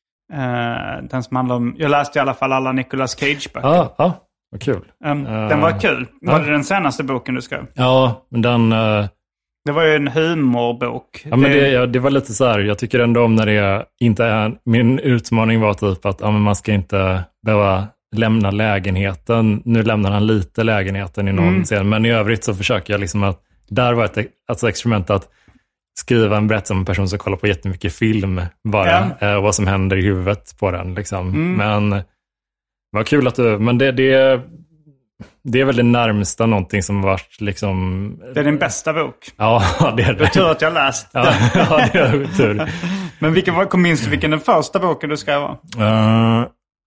Uh, den som handlar om, jag läste i alla fall alla Nicolas Cage-böcker. Ja, ah, ah, vad kul. Um, uh, den var kul. Var uh, det den senaste boken du skrev? Ja, men den... Uh, det var ju en humorbok. Ja, men det, ja, det var lite så här, jag tycker ändå om när det inte är... Min utmaning var typ att ja, men man ska inte behöva lämna lägenheten. Nu lämnar han lite lägenheten i någon mm. scen, men i övrigt så försöker jag liksom att... Där var ett alltså, experiment att skriva en berättelse om en person som kollar på jättemycket film bara, ja. Och vad som händer i huvudet på den liksom. Mm. Men vad kul att du, men det, det, det är väl det närmsta någonting som varit liksom... Det är din bästa bok. Ja, det är det. Det är tur att jag läst ja, ja, det är tur. Men vilken, kom minst du vilken den första boken du skrev var? Uh,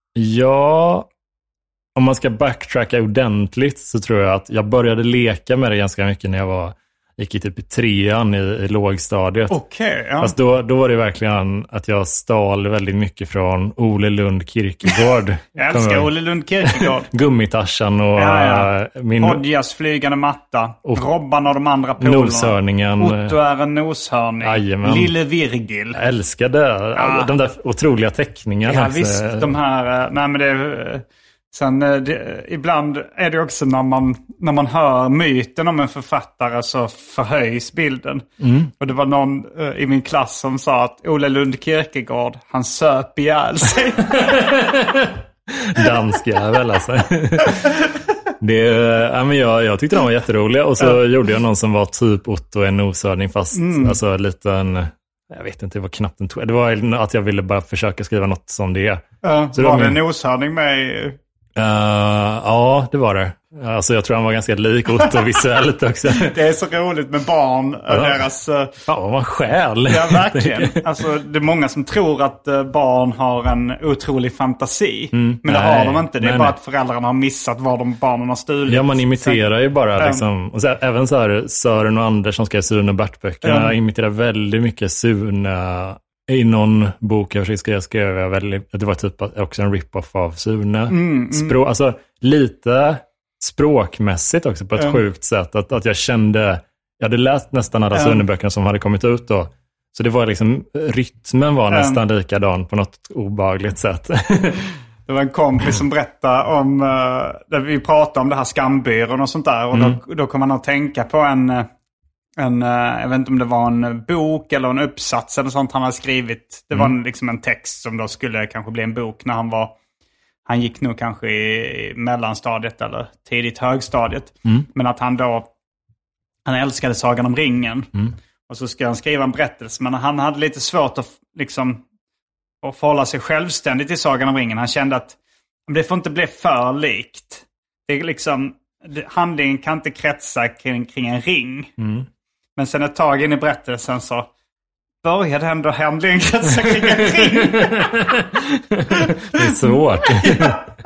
ja, om man ska backtracka ordentligt så tror jag att jag började leka med det ganska mycket när jag var gick i typ i trean i, i lågstadiet. Okej, okay, ja. Fast då, då var det verkligen att jag stal väldigt mycket från Ole Lund Kierkegaard. Jag älskar Ole Lund Kierkegaard. Gummitarsan och ja, ja. min... Hodjas flygande matta. Och Robban och de andra polerna. Noshörningen. Otto är en noshörning. Ajamän. Lille Virgil. Jag älskade ja. de där otroliga teckningarna. Ja, visst. De här... Nej, men det... Sen det, ibland är det också när man, när man hör myten om en författare så förhöjs bilden. Mm. Och det var någon uh, i min klass som sa att Ole Lund Kierkegaard, han söp ihjäl sig. Dansk jävel alltså. Det, ja, men jag, jag tyckte de var jätteroliga. Och så ja. gjorde jag någon som var typ Otto en noshörning fast mm. alltså lite en... Jag vet inte, det var knappt en... Det var att jag ville bara försöka skriva något som det är. Ja, så var det en noshörning med i... Uh, ja, det var det. Alltså jag tror han var ganska lik Otto visuellt också. Det är så roligt med barn. Ja. Deras, uh, ja, vad själ. Ja, verkligen. Alltså, det är många som tror att uh, barn har en otrolig fantasi. Mm, men det nej, har de inte. Det är nej, bara nej. att föräldrarna har missat var de barnen har stulit. Ja, man imiterar ju bara liksom. Och så, även så här Sören och Anders som skrev Sune och Bert-böckerna mm. imiterar väldigt mycket Sune. I någon bok jag skrev, skrev jag väldigt, det var typ också en rip-off av Sune. Mm, Språ, mm. Alltså lite språkmässigt också på ett mm. sjukt sätt. Att, att jag kände, jag hade läst nästan alla mm. Sune-böckerna som hade kommit ut då. Så det var liksom, rytmen var mm. nästan likadan på något obehagligt sätt. Det var en kompis som berättade om, där vi pratade om det här skambyrån och sånt där. Och mm. då, då kom man att tänka på en... En, jag vet inte om det var en bok eller en uppsats eller sånt han hade skrivit. Det var mm. liksom en text som då skulle kanske bli en bok när han var... Han gick nog kanske i mellanstadiet eller tidigt högstadiet. Mm. Men att han då... Han älskade Sagan om ringen. Mm. Och så ska han skriva en berättelse. Men han hade lite svårt att liksom... Att förhålla sig självständigt i Sagan om ringen. Han kände att det får inte bli för likt. Det är liksom... Handlingen kan inte kretsa kring, kring en ring. Mm. Men sen ett tag in i berättelsen så började ändå handlingen kretsa kring en ring. Det är svårt. Ja.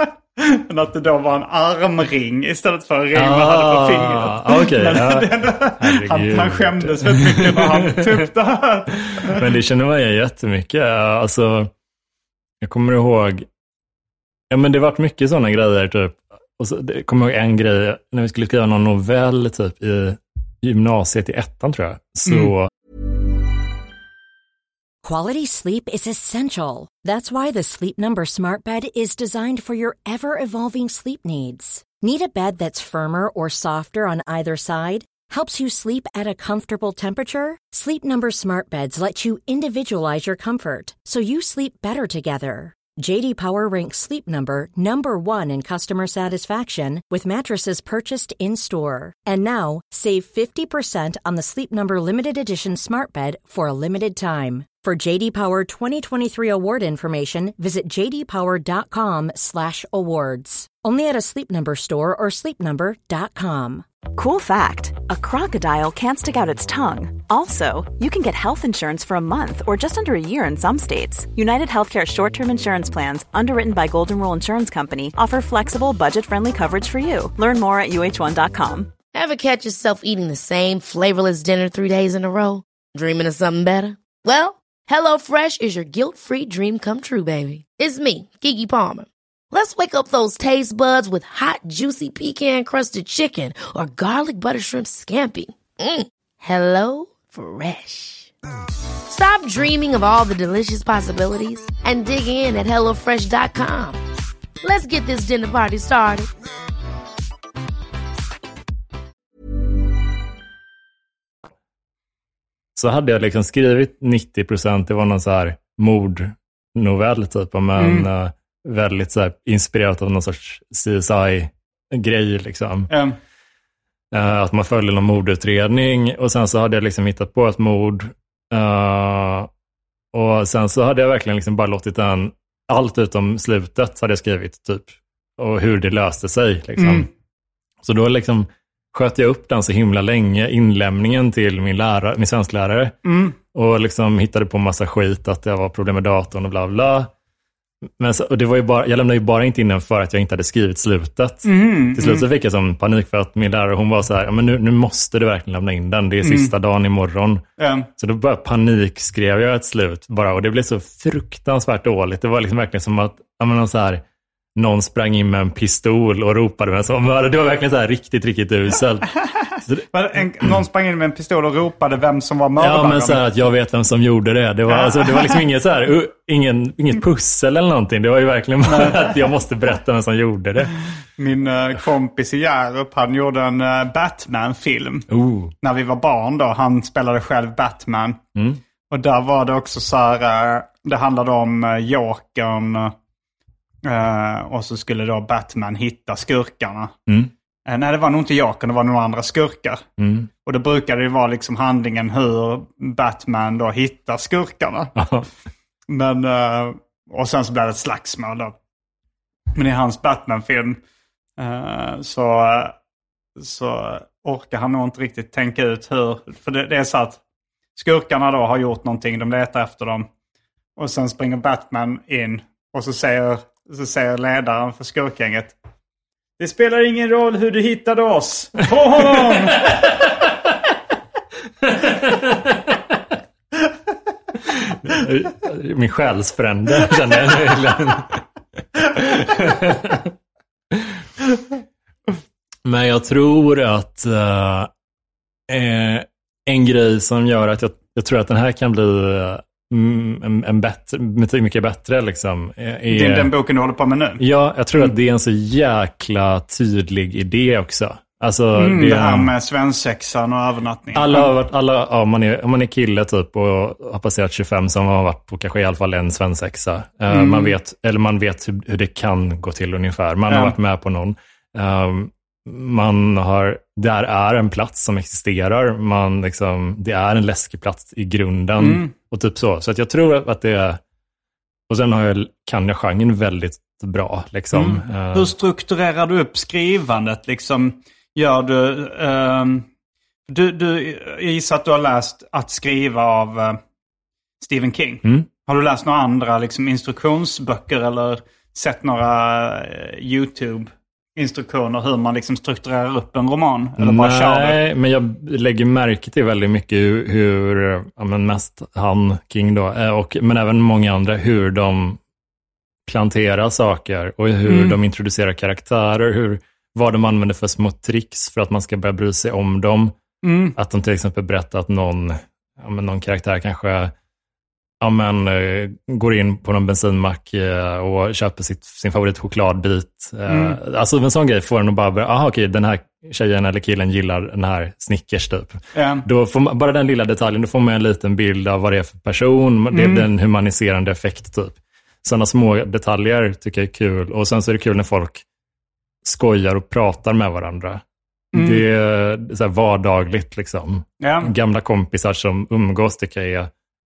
Men att det då var en armring istället för en ring man ah, hade på fingret. Okay, ja. han, han skämdes väldigt mycket när han tog det här. Men det känner man ju jättemycket. Alltså, jag kommer ihåg... Ja, men det har varit mycket sådana grejer typ. Och så, det kommer ihåg en grej när vi skulle skriva någon novell typ i gymnasiet i ettan tror jag. Så... Mm. Quality sleep is essential. That's why the Sleep Number Smart Bed is designed for your ever-evolving sleep needs. Need a bed that's firmer or softer on either side? Helps you sleep at a comfortable temperature? Sleep Number Smart Beds let you individualize your comfort, so you sleep better together. J D Power ranks Sleep Number number one in customer satisfaction with mattresses purchased in-store. And now, save fifty percent on the Sleep Number Limited Edition Smart Bed for a limited time. For J D Power twenty twenty-three award information, visit j d power dot com slash awards. Only at a Sleep Number store or sleep number dot com. Cool fact, a crocodile can't stick out its tongue. Also, you can get health insurance for a month or just under a year in some states. United Healthcare short-term insurance plans, underwritten by Golden Rule Insurance Company, offer flexible, budget-friendly coverage for you. Learn more at u h one dot com. Ever catch yourself eating the same flavorless dinner three days in a row? Dreaming of something better? Well, HelloFresh is your guilt-free dream come true, baby. It's me, Keke Palmer. Let's wake up those taste buds with hot, juicy pecan-crusted chicken or garlic butter shrimp scampi. Mm. Hello Fresh. Stop dreaming of all the delicious possibilities and dig in at hello fresh dot com. Let's get this dinner party started. Så hade jag liksom skrivit nittio procent, det var någon så här mordnovell typ, men mm. uh, väldigt så här inspirerat av någon sorts C S I-grej liksom. Mm. Uh, att man följer någon mordutredning och sen så hade jag liksom hittat på ett mord uh, och sen så hade jag verkligen liksom bara låtit den, allt utom slutet hade jag skrivit typ, och hur det löste sig liksom. Mm. Så då liksom sköt jag upp den så himla länge, inlämningen till min lärare, min svensklärare. Mm. Och liksom hittade på massa skit, att det var problem med datorn och bla bla. Men så, och det var ju bara, jag lämnade ju bara inte in den för att jag inte hade skrivit slutet. Mm. Till slut så fick jag som panik för att min lärare, hon var så här, ja men nu, nu måste du verkligen lämna in den, det är sista mm. dagen imorgon. Mm. Så då bara panik skrev jag ett slut bara, och det blev så fruktansvärt dåligt. Det var liksom verkligen som att, ja men så här, någon sprang in med en pistol och ropade med som, det var verkligen så här riktigt, riktigt uselt. En, någon sprang in med en pistol och ropade vem som var mördaren. Ja, men så här att jag vet vem som gjorde det. Det var, alltså, det var liksom inget, så här, uh, ingen, inget pussel eller någonting. Det var ju verkligen bara att jag måste berätta vem som gjorde det. Min uh, kompis i Hjärup, han gjorde en uh, Batman-film. Uh. När vi var barn då. Han spelade själv Batman. Mm. Och där var det också så här, uh, det handlade om uh, Jokern. Uh, och så skulle då Batman hitta skurkarna. Mm. Uh, nej, det var nog inte Jokern, det var några andra skurkar. Mm. Och då brukade det vara liksom handlingen hur Batman då hittar skurkarna. Aha. Men, uh, och sen så blev det ett slagsmål då. Men i hans Batman-film uh, så, uh, så orkar han nog inte riktigt tänka ut hur. För det, det är så att skurkarna då har gjort någonting, de letar efter dem. Och sen springer Batman in och så säger... Så säger ledaren för skurkgänget: det spelar ingen roll hur du hittade oss. På honom! Min själsfrände känner jag. Men jag tror att uh, eh, en grej som gör att jag, jag tror att den här kan bli... Uh, En, en bättre, mycket bättre liksom. Är, den, den boken du håller på med nu? Ja, jag tror mm. att det är en så jäkla tydlig idé också. Alltså, mm, det, det här med svensexan och övernattningen. Alla har varit, alla, ja, man är, man är kille typ och har passerat tjugofem, som har varit på kanske i alla fall en svensexa. Mm. Uh, man vet, eller man vet hur, hur det kan gå till ungefär. Man mm. har varit med på någon. Um, man har, där är en plats som existerar. Man liksom, det är en läskig plats i grunden. Mm. Och typ så. Så att jag tror att det är... Och sen har jag, kan jag genren väldigt bra. Liksom. Mm. Uh, Hur strukturerar du upp skrivandet? Liksom, gör du... Uh, du, du gissar att du har läst Att skriva av uh, Stephen King. Mm. Har du läst några andra liksom, instruktionsböcker eller sett några uh, YouTube-instruktioner hur man liksom strukturerar upp en roman? Eller bara Nej, men jag lägger märke till väldigt mycket hur, hur ja, men mest han, King då, och, men även många andra, hur de planterar saker och hur mm. de introducerar karaktärer, hur, vad de använder för små tricks för att man ska börja bry sig om dem. Mm. Att de till exempel berättar att någon, ja, men någon karaktär kanske ja, men, uh, går in på någon bensinmack uh, och köper sitt, sin favoritchokladbit. Uh, mm. Alltså en sån grej får en att bara börja, aha okej, den här tjejen eller killen gillar den här Snickers typ. Mm. Då får man, bara den lilla detaljen, då får man en liten bild av vad det är för person. Mm. Det är en humaniserande effekt typ. Sådana små detaljer tycker jag är kul. Och sen så är det kul när folk skojar och pratar med varandra. Mm. Det är så här vardagligt liksom. Ja. Gamla kompisar som umgås tycker jag är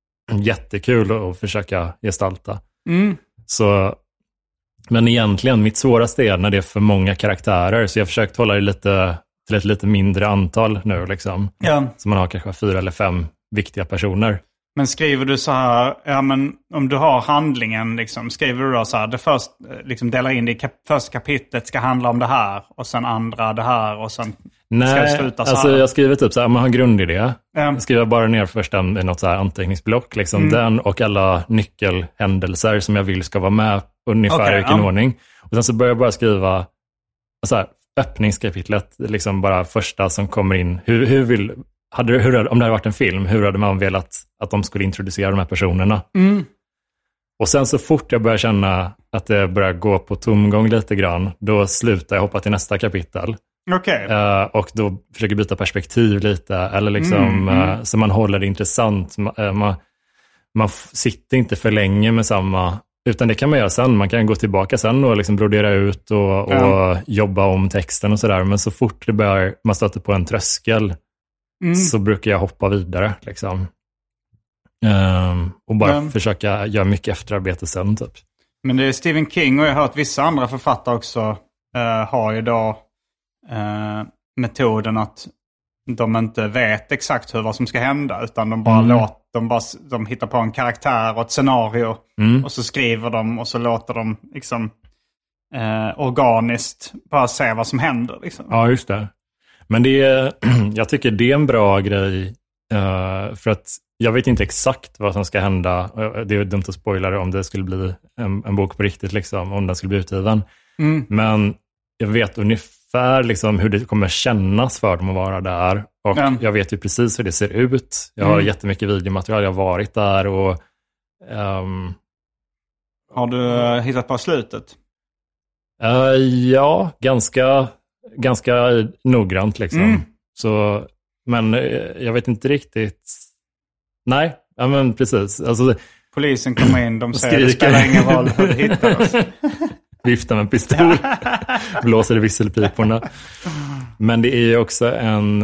jättekul att försöka gestalta. Mm. Så, men egentligen, mitt svåraste är när det är för många karaktärer. Så jag har försökt hålla det lite, till ett lite mindre antal nu liksom. Ja. Så man har kanske fyra eller fem viktiga personer. Men skriver du så här, ja men om du har handlingen liksom, skriver du då så här, det först liksom delar in det i kap- första kapitlet ska handla om det här och sen andra det här och sen Nej, ska det sluta så alltså här. Jag skriver typ så här, man har en grundidé. Mm. Jag skriver bara ner först en, något så här anteckningsblock liksom, mm. den och alla nyckelhändelser som jag vill ska vara med ungefär okay, i vilken ja. ordning. Och sen så börjar jag bara skriva så här, öppningskapitlet, liksom bara första som kommer in. Hur, hur vill Hade, hur, om det hade varit en film, hur hade man velat att de skulle introducera de här personerna? Mm. Och sen så fort jag börjar känna att det börjar gå på tomgång lite grann, då slutar jag hoppa till nästa kapitel. Okay. Uh, och då försöker byta perspektiv lite, eller liksom, mm, mm. Uh, så man håller det intressant. Uh, man, man f- sitter inte för länge med samma, utan det kan man göra sen. Man kan gå tillbaka sen och liksom brodera ut och, och ja. jobba om texten och sådär. Men så fort det börjar, man stöter på en tröskel, Mm. så brukar jag hoppa vidare liksom. Um, och bara mm. försöka göra mycket efterarbete sen typ. Men det är Stephen King och jag har hört vissa andra författare också uh, har ju då uh, metoden att de inte vet exakt hur vad som ska hända utan de bara, mm. låter, de bara de hittar på en karaktär och ett scenario mm. och så skriver de och så låter de liksom uh, organiskt bara se vad som händer liksom. Ja, just det. Men det är, jag tycker det är en bra grej uh, för att jag vet inte exakt vad som ska hända. Det är dumt att spoila det om det skulle bli en, en bok på riktigt, liksom, om den skulle bli utgiven. Mm. Men jag vet ungefär liksom, hur det kommer kännas för dem att vara där. Och mm. jag vet ju precis hur det ser ut. Jag har mm. jättemycket videomaterial, jag har varit där. Och, um, har du hittat på slutet? Uh, ja, ganska... Ganska noggrant liksom. Mm. Så, men jag vet inte riktigt. Nej, ja, men precis. Alltså, polisen kommer in, de säger det spelar ingen roll hur du hittar oss. Viftar med en pistol. Blåser i visselpiporna. Men det är ju också en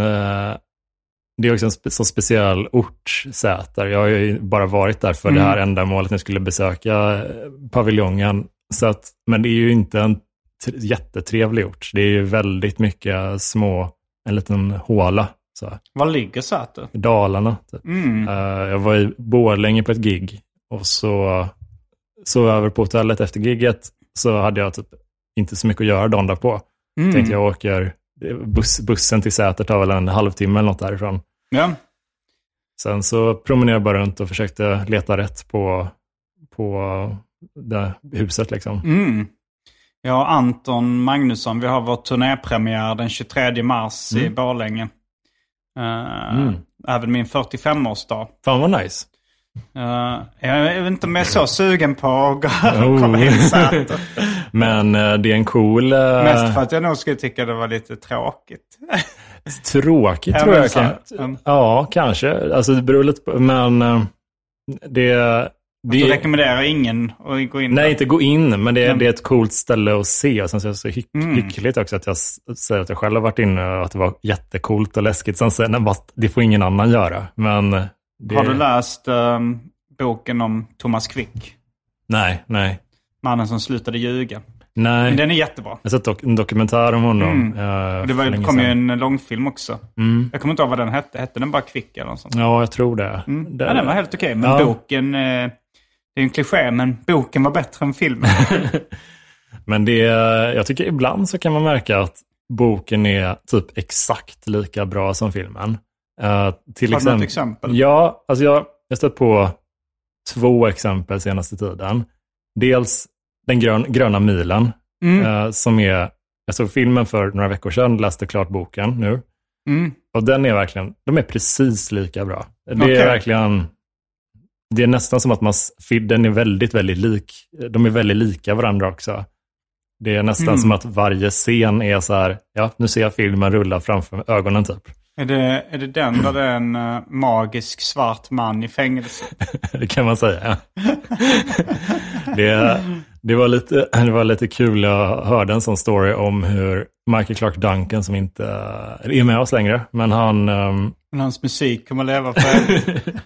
det är också en spe, så speciell ort, Säter. Jag har ju bara varit där för mm. det här ändamålet när jag skulle besöka paviljongen. Så att, men det är ju inte en jättetrevlig ort. Det är ju väldigt mycket små, en liten håla. Så. Var ligger Säter? Dalarna. Typ. Mm. Uh, jag var i Borlänge på ett gig och så sov över på hotellet efter gigget, så hade jag typ inte så mycket att göra dagen därpå. Mm. Tänkte jag åker buss, bussen till Säter tar väl en halvtimme eller något därifrån. Ja. Sen så promenerade jag bara runt och försökte leta rätt på, på det huset liksom. Mm. Ja, Anton Magnusson, vi har vår turnépremiär den tjugotredje mars mm. i Borlänge. Uh, mm. Även min fyrtiofem-årsdag. Fan vad nice. Uh, jag är inte mer så sugen på att gå och kolla in Säter. Men uh, det är en cool... Uh... Mest för att jag nog skulle tycka det var lite tråkigt. Tråkigt tror jag. Kan... Um... Ja, kanske. Alltså det beror lite på... Men uh, det... Det... Du rekommenderar ingen att gå in? Nej, där. Inte gå in, men det är, mm. det är ett coolt ställe att se. Och sen så är det så hyck, mm. hyckligt också att jag säger att jag själv har varit inne och att det var jättecoolt och läskigt. Sen så nej, det får ingen annan göra. Men det... Har du läst um, boken om Thomas Quick? Nej, nej. Mannen som slutade ljuga. Nej. Men den är jättebra. Jag har sett en dokumentär om honom. Mm. Uh, det var, kom ju en långfilm också. Mm. Jag kommer inte ihåg vad den hette. Hette den bara Quick eller något sånt? Ja, jag tror det. Mm. det... Ja, den var helt okej. Men ja. boken... Eh, Det är en kliché, men boken var bättre än filmen. Men det, jag tycker ibland så kan man märka att boken är typ exakt lika bra som filmen. Uh, till Har exempel, du något exempel? Ja, alltså jag har stött på två exempel senaste tiden. Dels Den grön, gröna milen, mm. uh, som är, jag såg filmen för några veckor sedan, läste klart boken nu. Mm. Och den är verkligen, de är precis lika bra. Det okay. är verkligen, det är nästan som att man, den är väldigt, väldigt lik, de är väldigt lika varandra också. Det är nästan mm. som att varje scen är så här, ja, nu ser jag filmen rulla framför ögonen typ. Är det, är det den där det är en uh, magisk svart man i fängelse? Det kan man säga. det, det, var lite, det var lite kul, jag hörde en sån story om hur Michael Clark Duncan, som inte är med oss längre, men han... Um, men hans musik kommer leva för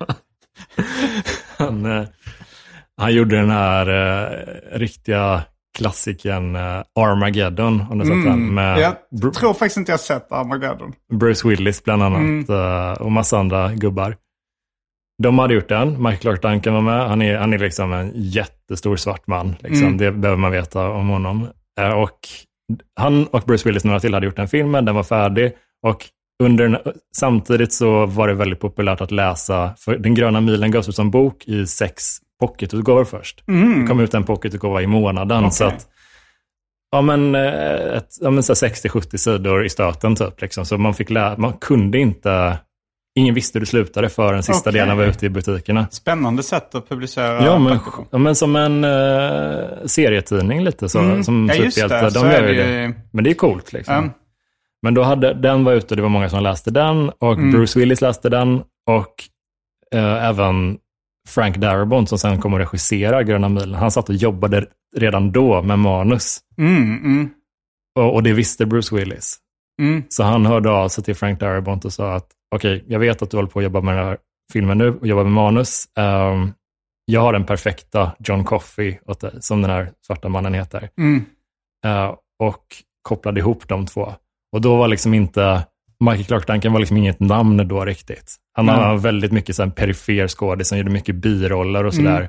han, uh, han gjorde den här uh, riktiga klassiken uh, Armageddon, om du mm, sett den. Med jag Br- tror faktiskt inte jag sett Armageddon. Bruce Willis bland annat mm. uh, och massa andra gubbar. De hade gjort den. Michael Clark Duncan var med. Han är, han är liksom en jättestor svart man. Liksom. Mm. Det behöver man veta om honom. Uh, och han och Bruce Willis några till hade gjort den filmen. Den var färdig. Och under den, samtidigt så var det väldigt populärt att läsa. För Den gröna milen gavs ut som bok i sex pocketutgåvor först. Mm. Det kom ut en pocketutgåva i månaden. Okay. Så att, ja men, ett, ja, men så sextio sjuttio sidor i stöten typ. Liksom. Så man fick lära, man kunde inte, ingen visste hur det slutade för den sista okay. delen var ute i butikerna. Spännande sätt att publicera. Ja, men, ja, men som en uh, serietidning lite. Så, mm. som ja, just det. De så är det. det. Men det är coolt liksom. Mm. Men då hade, den var ute, det var många som läste den. Och mm. Bruce Willis läste den. Och uh, även Frank Darabont, som sen kommer att regissera Gröna milen, han satt och jobbade redan då med manus. Mm, mm. Och, och det visste Bruce Willis. Mm. Så han hörde av sig till Frank Darabont och sa att okej, okay, jag vet att du håller på att jobba med den här filmen nu och jobbar med manus. Um, jag har den perfekta John Coffey åt dig, som den här svarta mannen heter. Mm. Uh, och kopplade ihop de två. Och då var liksom inte... Michael Clark Duncan var liksom inget namn då riktigt. Han mm. har väldigt mycket så här perifer skådis som gjorde mycket biroller och sådär.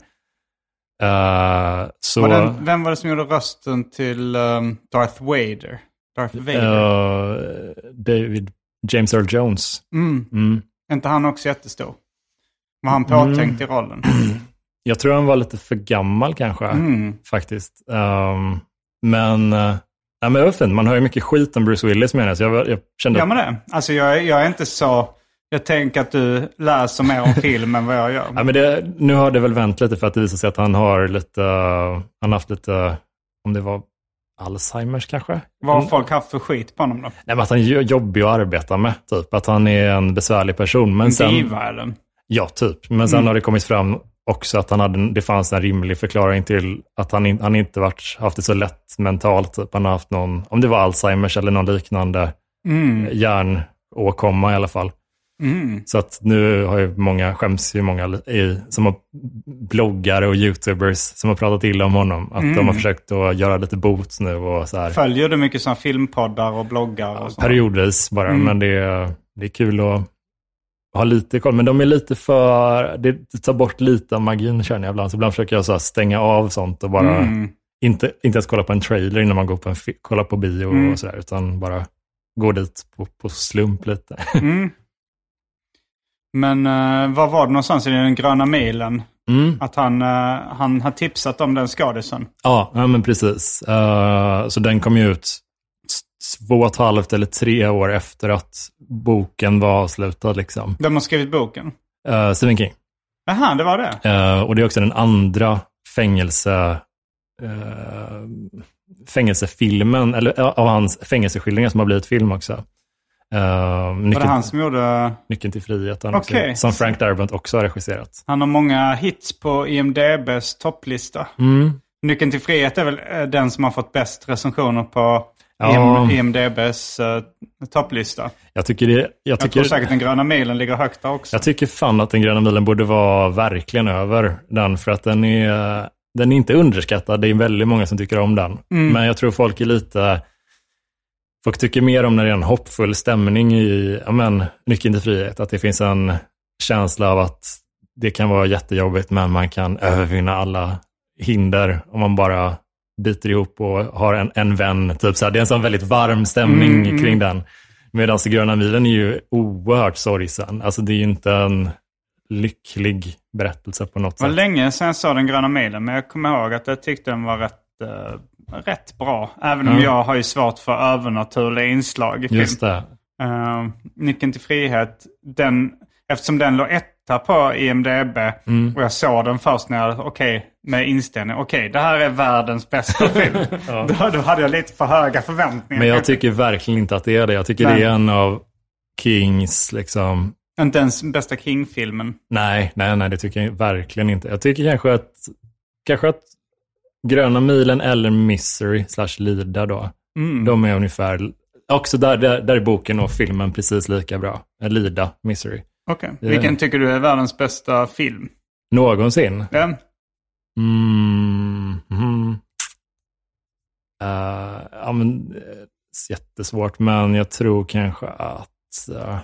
Mm. Uh, så, den, vem var det som gjorde rösten till um, Darth Vader? Darth Vader? Uh, David James Earl Jones. Mm. Mm. Är inte han också jättestor? Var han påtänkt mm. i rollen? Jag tror han var lite för gammal kanske, mm. faktiskt. Um, men... Uh, Ja, men det var fint. Man hör ju mycket skit om Bruce Willis, menar jag. Så jag, jag kände... Ja, men det. Alltså jag, jag är inte så... Jag tänker att du läser mer om film än vad jag gör. Ja, men det, nu har det väl vänt lite för att det visar sig att han har lite... Uh, han har haft lite... Om det var Alzheimers kanske? Vad har folk haft för skit på honom då? Nej, men att han är jobbig att arbeta med, typ. Att han är en besvärlig person. Men sen, diva, eller? Ja, typ. Men sen mm. har det kommit fram också att han hade, det fanns en rimlig förklaring till att han, in, han inte varit, haft det så lätt mentalt. Typ. Han har haft någon, om det var Alzheimers eller någon liknande mm. hjärnåkomma i alla fall. Mm. Så att nu har ju många, skäms ju många i, som har bloggare och YouTubers som har pratat illa om honom. Att mm. de har försökt att göra lite bot nu och så här. Följer du mycket sådana filmpoddar och bloggar? Och ja, periodvis bara, mm. men det är, det är kul att ha lite koll. Men de är lite för, det tar bort lite av magin, känner jag ibland. Så ibland försöker jag så här stänga av sånt och bara mm. inte, inte ens kolla på en trailer innan man går på en fi- kolla på bio mm. och sådär, utan bara gå dit på, på slump lite. Mm. Men uh, vad var det någonstans i Den gröna milen? Mm. Att han, uh, han har tipsat om den skadisen. Ja, ja men precis. Uh, så den kom ju ut två och ett halvt eller tre år efter att boken var avslutad. Liksom. Vem har skrivit boken? Uh, Stephen King. Jaha, det var det. Uh, och det är också den andra fängelse... Uh, fängelsefilmen, eller av hans fängelseskildringar som har blivit film också. Uh, Var det han som gjorde... Nyckeln till friheten okay. också, som Frank Darabont också har regisserat. Han har många hits på I M D B:s topplista. Mm. Nyckeln till frihet är väl den som har fått bäst recensioner på ja. I M D B:s uh, topplista. Jag tycker det... Jag, jag tycker, tror säkert Den gröna milen ligger högt där också. Jag tycker fan att Den gröna milen borde vara verkligen över den, för att den är, den är inte underskattad. Det är väldigt många som tycker om den. Mm. Men jag tror folk är lite... Folk tycker mer om när det är en hoppfull stämning i ja men, Nyckeln till frihet. Att det finns en känsla av att det kan vara jättejobbigt, men man kan övervinna alla hinder om man bara biter ihop och har en, en vän. Typ så här. Det är en sån väldigt varm stämning mm, kring mm. den. Medan Den gröna milen är ju oerhört sorgsen. Alltså det är ju inte en lycklig berättelse på något sätt. Det var länge sedan jag såg Den gröna milen, men jag kommer ihåg att jag tyckte den var rätt, uh, rätt bra. Även om mm. jag har ju svårt för övernaturliga inslag i film. Just det. Uh, Nyckeln till frihet, den, eftersom den låg etta på I M D B mm. och jag såg den först när jag, okej, okay, med inställning, okej, okay, det här är världens bästa film. ja. då, då hade jag lite för höga förväntningar. Men jag tycker verkligen inte att det är det. Jag tycker nej. det är en av Kings liksom... Inte ens bästa King-filmen. Nej, nej, nej, det tycker jag verkligen inte. Jag tycker kanske att kanske att Gröna milen eller Misery slash Lida då, mm. de är ungefär... Också där, där, där är boken och filmen precis lika bra. Lida, Misery. Okej. Okay. Vilken tycker du är världens bästa film? Någonsin? Ja. Mm, mm. Uh, ja, men, jättesvårt, men jag tror kanske att... Uh,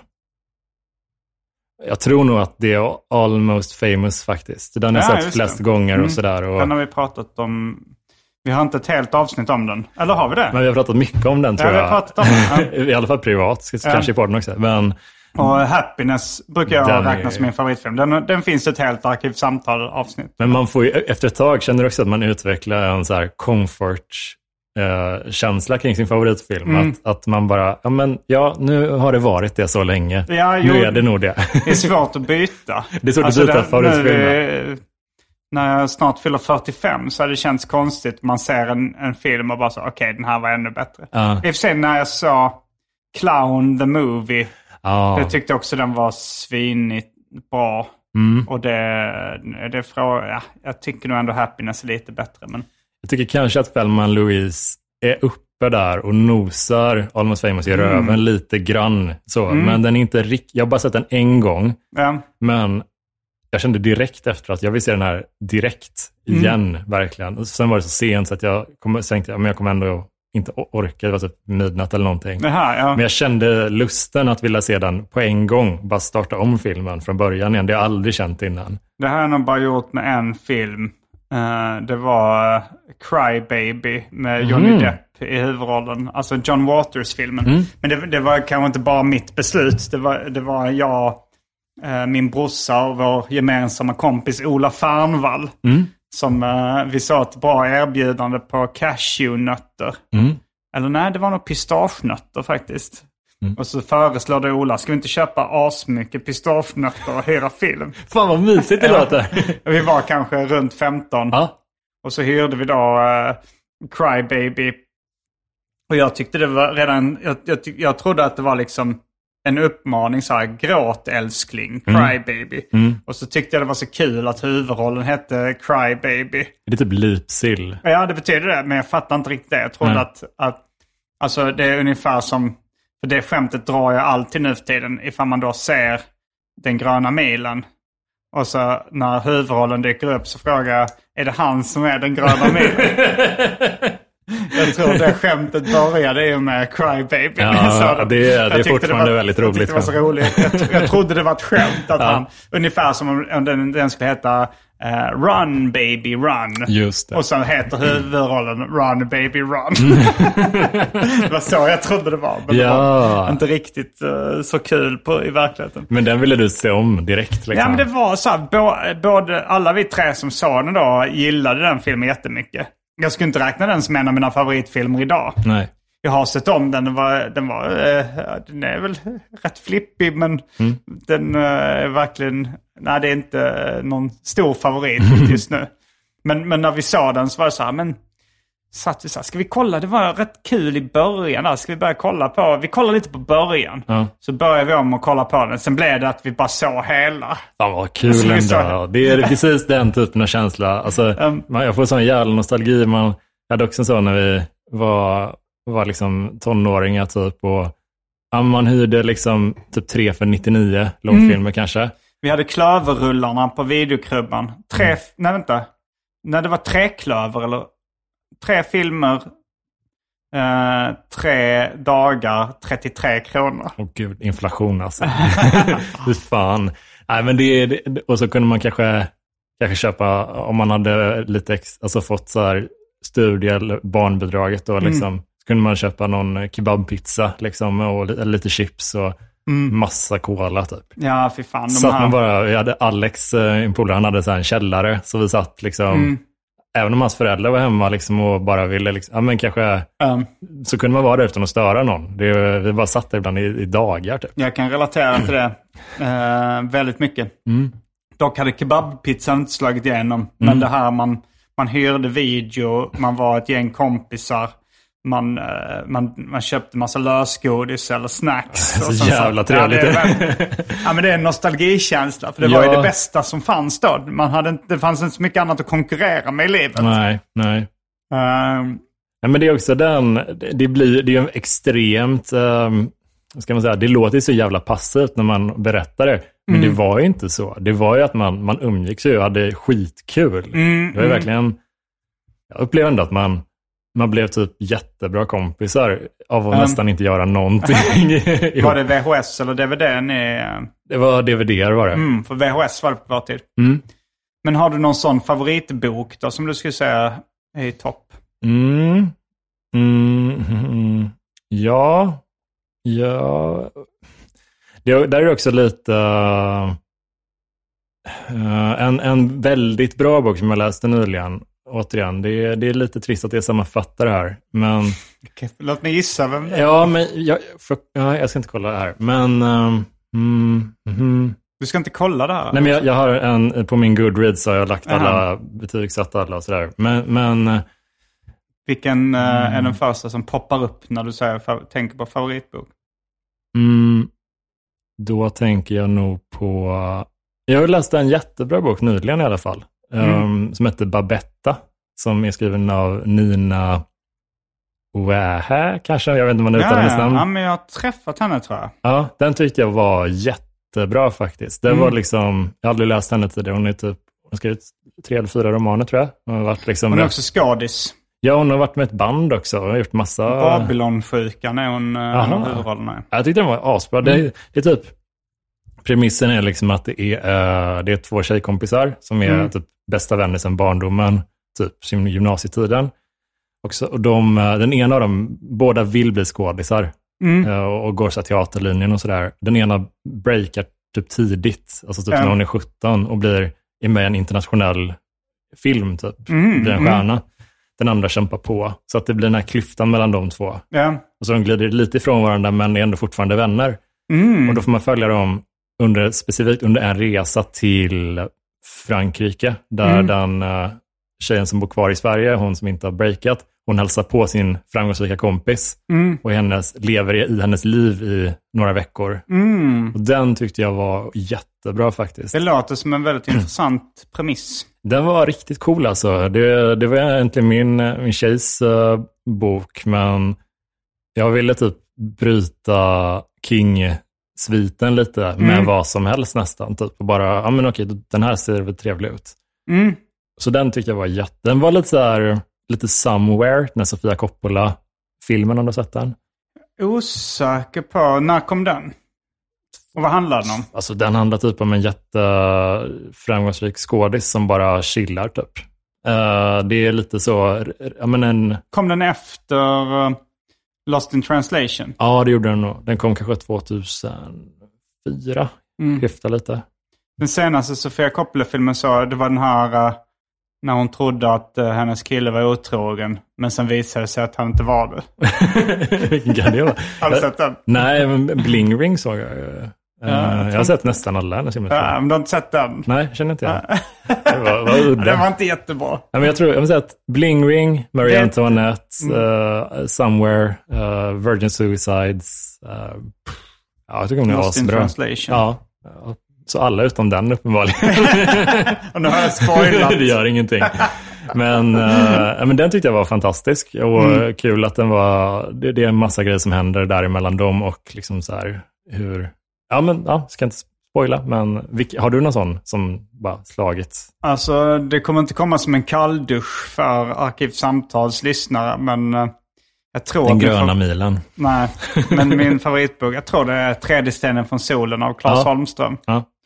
jag tror nog att det är Almost Famous faktiskt. Den har jag ja, sett flest det. gånger mm. och sådär. Och... Den har vi pratat om... Vi har inte ett helt avsnitt om den. Eller har vi det? Men vi har pratat mycket om den, tror ja, jag. Vi har pratat om den. I alla fall privat, ja. kanske i podden också. Men... Och Happiness brukar jag räkna är... som min favoritfilm. Den, den finns ett helt arkivsamtal avsnitt. Men man får ju, efter ett tag känner också att man utvecklar en så här comfort eh, känsla kring sin favoritfilm. Mm. Att, att man bara, ja men ja, nu har det varit det så länge. Ja, jo, nu är det nog det. Det är svårt att byta. Det är svårt alltså, att byta favoritfilmer. När jag snart fyller fyrtiofem så hade det känts konstigt. Man ser en, en film och bara så, okej, okay, den här var ännu bättre. Uh. I och för sig när jag sa Clown the Movie, uh. jag tyckte också den var svinigt bra. Mm. Och det, det fråga, ja, jag tycker nog ändå Happiness är lite bättre. Men... Jag tycker kanske att Thelma och Louise är uppe där och nosar Almost Famous i röven mm. lite grann. Så. Mm. Men den är inte riktigt, jag har bara sett den en gång. Ja. Men... Jag kände direkt efter att jag vill se den här direkt igen, mm. verkligen. Och sen var det så sent så att jag kom, tänkte att jag kommer ändå inte orka, det var typ midnatt eller någonting. Aha, ja. Men jag kände lusten att vilja se den på en gång, bara starta om filmen från början igen. Det har jag aldrig känt innan. Det här har jag nog bara gjort med en film. Uh, det var uh, Cry Baby med Johnny mm. Depp i huvudrollen. Alltså John Waters-filmen. Mm. Men det, det var kanske inte bara mitt beslut. Det var, det var jag... min brorsa och vår gemensamma kompis Ola Färnvall mm. som uh, vi sa ett bra erbjudande på cashewnötter. Mm. Eller nej, det var nog pistagenötter faktiskt. Mm. Och så föreslår det Ola, ska vi inte köpa asmycket pistagenötter och hyra film? Fan vad mysigt det låter. Vi var kanske runt femton. Ah. Och så hyrde vi då uh, Cry Baby. Och jag tyckte det var redan, jag, jag, jag trodde att det var liksom en uppmaning så här, gråt älskling, Cry mm. Baby. Mm. Och så tyckte jag det var så kul att huvudrollen hette Cry Baby. Det är typ lipsill. Ja, det betyder det, men jag fattar inte riktigt det. Jag trodde mm. att, att, alltså det är ungefär som, för det skämtet drar jag alltid nu för tiden, ifall man då ser Den gröna milen. Och så när huvudrollen dyker upp så frågar jag, är det han som är Den gröna milen? Jag tror det skämtet började ju med Cry Baby. Ja, det, det är fortfarande det var, väldigt roligt. Det var så roligt. Jag, jag trodde det var ett skämt att ja. han, ungefär som om den, den skulle heta uh, Run Baby Run. Just det. Och sen heter huvudrollen Run Baby Run. Det var så jag trodde det var. Men ja. det var inte riktigt uh, så kul på, i verkligheten. Men den ville du se om direkt liksom. Ja, men det var så här, både alla vi tre som såg den då gillade den filmen jättemycket. Jag skulle inte räkna den som en av mina favoritfilmer idag. Nej. Jag har sett om den. Den, var, den, var, eh, den är väl rätt flippig, men mm. den eh, är verkligen... Nej, det är inte någon stor favorit just nu. Men, men när vi såg den så var det så här, men... Satt vi så här, ska vi kolla? Det var rätt kul i början där. Ska vi börja kolla på... Vi kollar lite på början. Ja. Så började vi om och kolla på den. Sen blev det att vi bara såg hela. Ja, vad kul ändå. Det är precis den typen av känsla. Alltså, um, jag får sån jävla nostalgi. Man hade också så när vi var, var liksom tonåringar typ. Och ja, man hyrde liksom typ tre för nittionio långfilmer mm. kanske. Vi hade klöverrullarna på videokrubban. Tre... Mm. Nej, vänta. När det var tre klöver eller... Tre filmer, eh, tre dagar, trettiotre kronor. Åh gud, inflation alltså. Hur fan. Nej, men det, det och så kunde man kanske kanske köpa om man hade lite ex, alltså fått så här studie eller barnbidraget då liksom. Mm. Så kunde man köpa någon kebabpizza liksom och li, lite chips och mm. massa cola typ. Ja, fy fan. Så här... man bara, vi hade Alex, en polare, han hade så här en källare så vi satt liksom mm. även om hans föräldrar var hemma liksom och bara ville liksom, ja men kanske um. så kunde man vara där utan att störa någon. Det, vi bara satt där ibland i, i dagar typ. Jag kan relatera till det uh, väldigt mycket. Mm. Dock hade kebabpizzan inte slagit igenom. Mm. Men det här man, man hyrde video, man var ett gäng kompisar. Man, uh, man, man köpte massa lösgodis eller snacks. Så, så jävla trevligt. Ja, det, ja, men det är en nostalgikänsla. För det ja. var ju det bästa som fanns då. Man hade inte, det fanns inte så mycket annat att konkurrera med i livet. Nej, nej. Uh, ja, men det är också den, det blir det är ju extremt, um, ska man säga, det låter så jävla passivt när man berättar det. Men mm. det var ju inte så. Det var ju att man, man umgicks ju och hade skitkul. Mm, det var ju mm. verkligen, jag upplevde ändå att man Man blev typ jättebra kompisar av att um, nästan inte göra någonting. Var det V H S eller D V D? Ni... Det var D V D var det. Mm, för V H S var det på vår tid. Mm. Men har du någon sån favoritbok då som du skulle säga är i topp? Mm. Mm, mm. Ja. Ja. Det, där är det också lite... Uh, en, en väldigt bra bok som jag läste nyligen. Återigen, det är, det är lite trist att det är samma författare här, men... Okay, låt mig gissa vem det är. Ja, men jag, för, ja, jag ska inte kolla det här, men... Um, mm, mm. Du ska inte kolla det här? Nej, men jag, jag har en, på min Goodreads har jag lagt alla, Aha. betygsatt alla och sådär, men... men Vilken mm. uh, är den första som poppar upp när du säger, tänker på favoritbok? Mm, då tänker jag nog på... Jag har läst en jättebra bok nyligen i alla fall. Mm. Um, som heter Babetta, som är skriven av Nina Wähä, kanske, jag vet inte om man uttalar hennes namn. Ja, men jag har träffat henne tror jag. Ja, den tyckte jag var jättebra faktiskt. Det mm. var liksom, jag har aldrig läst henne tidigare. Hon är typ, hon har skrivit tre eller fyra romaner tror jag. Hon har varit liksom... Hon är också skådis. Ja, hon har varit med ett band också. Hon har gjort massa... Babylon-sjukan är hon, hon huvudrollen. Jag tyckte den var asbra. Mm. Det, det är typ, premissen är liksom att det är, uh, det är två tjejkompisar som är mm. typ bästa vänner sedan barndomen, typ sin gymnasietiden. Också, och de, den ena av dem, båda vill bli skådisar mm. och, och går så teaterlinjen och sådär. Den ena breakar typ tidigt, alltså typ mm. när hon är sjutton och blir är med i en internationell film typ, mm. blir en stjärna. Mm. Den andra kämpar på, så att det blir den här klyftan mellan de två. Mm. Och så de glider lite ifrån varandra men är ändå fortfarande vänner. Mm. Och då får man följa dem under, specifikt under en resa till Frankrike, där mm. den uh, tjejen som bor kvar i Sverige, hon som inte har breakat, hon hälsar på sin framgångsrika kompis mm. och hennes, lever i, i hennes liv i några veckor. Mm. Och den tyckte jag var jättebra faktiskt. Det låter som en väldigt intressant premiss. Den var riktigt cool alltså. Det, det var egentligen min, min tjejs uh, bok, men jag ville typ bryta King sviten lite mm. med vad som helst nästan typ, och bara, ja men okej, den här ser väl trevlig ut. Mm. Så den tyckte jag var jätte, den var lite så här, lite Somewhere, när Sofia Coppola filmen, om du har sett den. Osäker på, när kom den? Och vad handlar den om? Alltså den handlar typ om en jätteframgångsrik skådis som bara chillar typ. Uh, det är lite så, ja men en... Kom den efter... Uh... Lost in Translation? Ja, det gjorde den nog. Den kom kanske tvåtusenfyra. Mm. Hyfta lite. Den senaste Sofia Coppola-filmen så, det var den här uh, när hon trodde att uh, hennes kille var otrogen, men sen visade det sig att han inte var det. Vilken kan det vara? Har du sett den? Nej, men Bling Ring såg jag. Uh, ja, jag har sett nästan alla hennes filmer. Ja, men du har inte sett den? Nej, känner inte jag. Det var, var udda. Det var inte jättebra. Ja, men jag tror, jag har sett Bling Ring, Marie det... Antoinette, mm. uh, Somewhere, uh, Virgin Suicides. Uh, ja, jag tycker hon är Lost in Translation. Ja, ja, så alla utom den uppenbarligen. Och nu har jag spoilat. Det gör ingenting. Men, uh, men den tyckte jag var fantastisk. Och mm. kul att den var, det, det är en massa grejer som händer däremellan dem och liksom så här hur... Ja, men ja, ska inte spoila, men vilk, har du någon sån som bara slagit? Alltså, det kommer inte komma som en kalldusch för Arkivsamtals lyssnare, men uh, jag tror... Den gröna får... milen. Nej, men min favoritbok, jag tror det är Tredje stenen från solen av Claes ja. Holmström. Ja.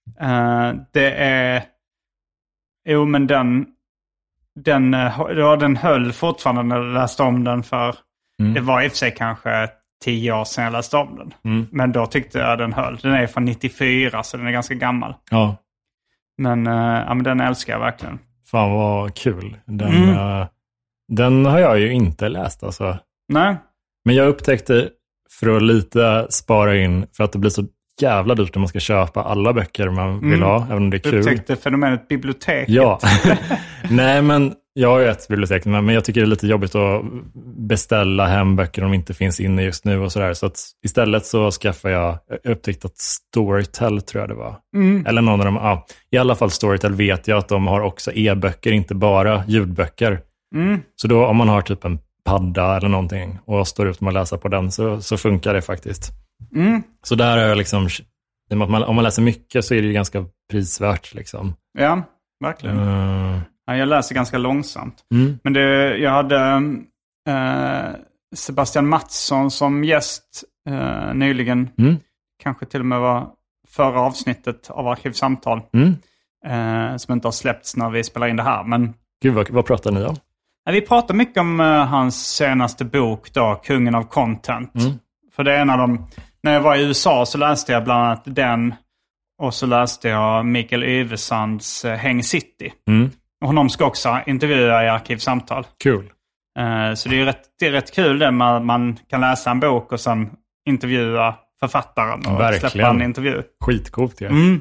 Uh, det är... Jo, men den... Den, ja, den höll fortfarande när jag läste om den för... Mm. Det var i och för sig kanske tio år sedan jag läste om den. Mm. Men då tyckte jag den höll. Den är från nittiofyra, så den är ganska gammal. Ja. Men, uh, ja, men den älskar jag verkligen. Fan vad kul. Den, mm. uh, den har jag ju inte läst alltså. Nej. Men jag upptäckte för att lite spara in, för att det blir så jävla dyrt när man ska köpa alla böcker man vill mm. ha, även om det är kul. Du upptäckte fenomenet biblioteket. Ja. Nej, men jag har ju ett bibliotek, men jag tycker det är lite jobbigt att beställa hem böcker om de inte finns inne just nu och sådär. Så att istället så skaffar jag, jag upptäckte att Storytel tror jag det var. Mm. Eller någon av dem, ja. I alla fall Storytel vet jag att de har också e-böcker, inte bara ljudböcker. Mm. Så då om man har typ en padda eller någonting och står ut med att läsa på den så, så funkar det faktiskt. Mm. Så där är jag liksom, om man, om man läser mycket så är det ju ganska prisvärt liksom. Ja, verkligen. Uh. Ja, jag läser ganska långsamt. Mm. Men det, jag hade uh, Sebastian Mattsson som gäst uh, nyligen. Mm. Kanske till och med var förra avsnittet av Arkivsamtal. Mm. Uh, som inte har släppts när vi spelar in det här. Men Gud, vad, vad pratar ni om? Vi pratar mycket om uh, hans senaste bok då, Kungen av Content. Mm. För det är en av dem, när jag var i U S A så läste jag bland annat den. Och så läste jag Mikael Yvesands uh, Häng City. Mm. Och honom ska också intervjua i Arkivsamtal. Kul. Uh, så det är, rätt, det är rätt kul det man, man kan läsa en bok och sen intervjua författaren och verkligen. Släppa en intervju. Skitcoolt, ja. Mm.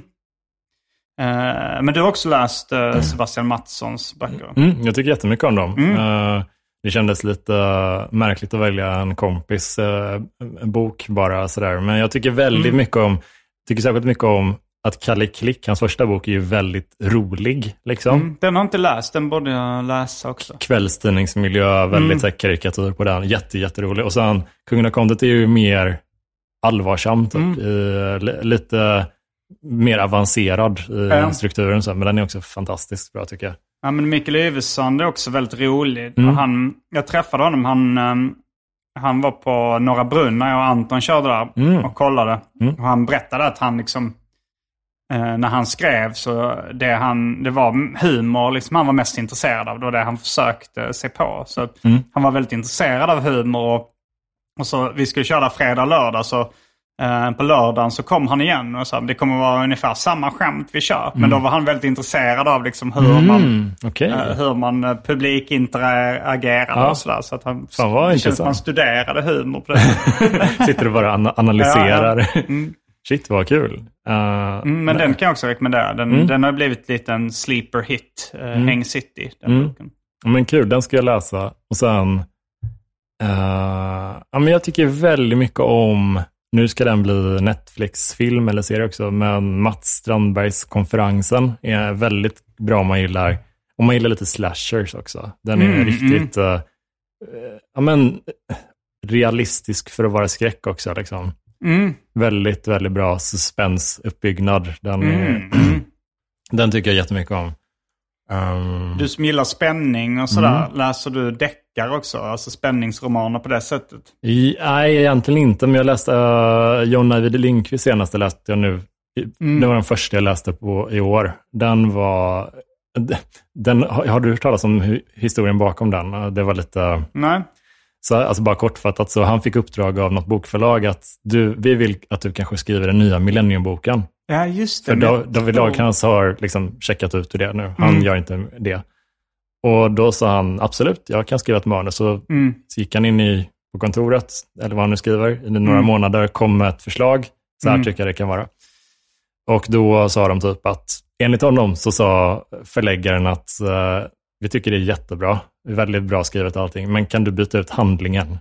Uh, men du har också läst uh, mm. Sebastian Mattssons böcker. Mm, jag tycker jättemycket om dem. Mm. Uh, det kändes lite uh, märkligt att välja en kompis uh, en bok bara sådär. Men jag tycker väldigt mm. mycket om, tycker särskilt mycket om att Kalle Klick, hans första bok, är ju väldigt rolig. Liksom. Mm, den har inte läst, den borde jag läsa också. Kvällstidningsmiljö, väldigt mm. karikatyr på den. Jätte, jätterolig. Och sen, Kungen av Content är ju mer allvarsamt. Mm. Uh, lite mer avancerad i ja. strukturen. Så, men den är också fantastiskt bra tycker jag. Ja, men Mikael Yvesand är också väldigt rolig. Mm. Han, jag träffade honom, han... Um, Han var på Norra Brunn när jag och Anton körde där mm. och kollade. Mm. Och han berättade att han liksom, eh, när han skrev så det, han, det var humor liksom han var mest intresserad av. Det var det han försökte se på. Så mm. han var väldigt intresserad av humor. Och, och så vi skulle köra fredag lördag så eh, på lördagen så kom han igen och sa det kommer vara ungefär samma skämt vi kör. Mm. Men då var han väldigt intresserad av liksom hur mm. man okay. eh, hur man eh, publikinteragerade ja. och sådär. Så att han, Fan, vad det känns att man studerade humor på det. Sitter och bara an- analyserar. Ja, ja. Mm. Shit, vad kul. Uh, mm, men nej. Den kan jag också rekommendera. Den, mm. den har blivit lite en sleeper hit. Uh, mm. Häng City, den mm. boken. Men kul, den ska jag läsa. Och sen... Uh, ja, men jag tycker väldigt mycket om... Nu ska den bli Netflix-film eller serie också. Men Mats Strandbergs Konferensen är väldigt bra om man gillar... Om man gillar lite slashers också. Den är mm, riktigt... Mm. Uh, ja, men realistisk för att vara skräck också, liksom. Mm. Väldigt, väldigt bra suspensuppbyggnad. Den, mm. är, den tycker jag jättemycket om. Um, du som gillar spänning och sådär, mm. läser du deckare också? Alltså spänningsromaner på det sättet? I, nej, egentligen inte. Men jag läste uh, John Ajvide Lindqvist senaste läste jag nu. Mm. Det var den första jag läste på i år. Den var... Den, har du hört talas om historien bakom den? Det var lite... Nej. Så, alltså bara kortfattat, så han fick uppdrag av något bokförlag att du, vi vill att du kanske skriver den nya Millenniumboken. Ja, just det. För då, David Lagercrantz har liksom checkat ut ur det nu. Han mm. gör inte det. Och då sa han, absolut, jag kan skriva ett manus. Så, mm. så gick han in i, på kontoret, eller vad han nu skriver, i några mm. månader, kom med ett förslag. Så här mm. tycker jag det kan vara. Och då sa de typ att, enligt honom så sa förläggaren att uh, vi tycker det är jättebra. Väldigt bra skrivet allting. Men kan du byta ut handlingen?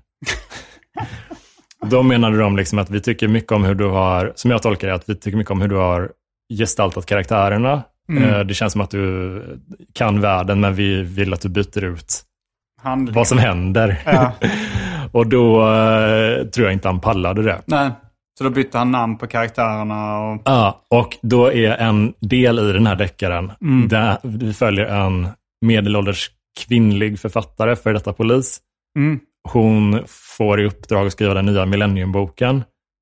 Då menade de liksom att vi tycker mycket om hur du har, som jag tolkar det, att vi tycker mycket om hur du har gestaltat karaktärerna. Mm. Det känns som att du kan världen, men vi vill att du byter ut handlingen. Vad som händer. Ja. Och då uh, tror jag inte han pallade det. Nej, så då bytte han namn på karaktärerna. Och... Ja, och då är en del i den här deckaren mm. där vi följer en medelålders kvinnlig författare för detta polis. Mm. Hon får i uppdrag att skriva den nya Millenniumboken.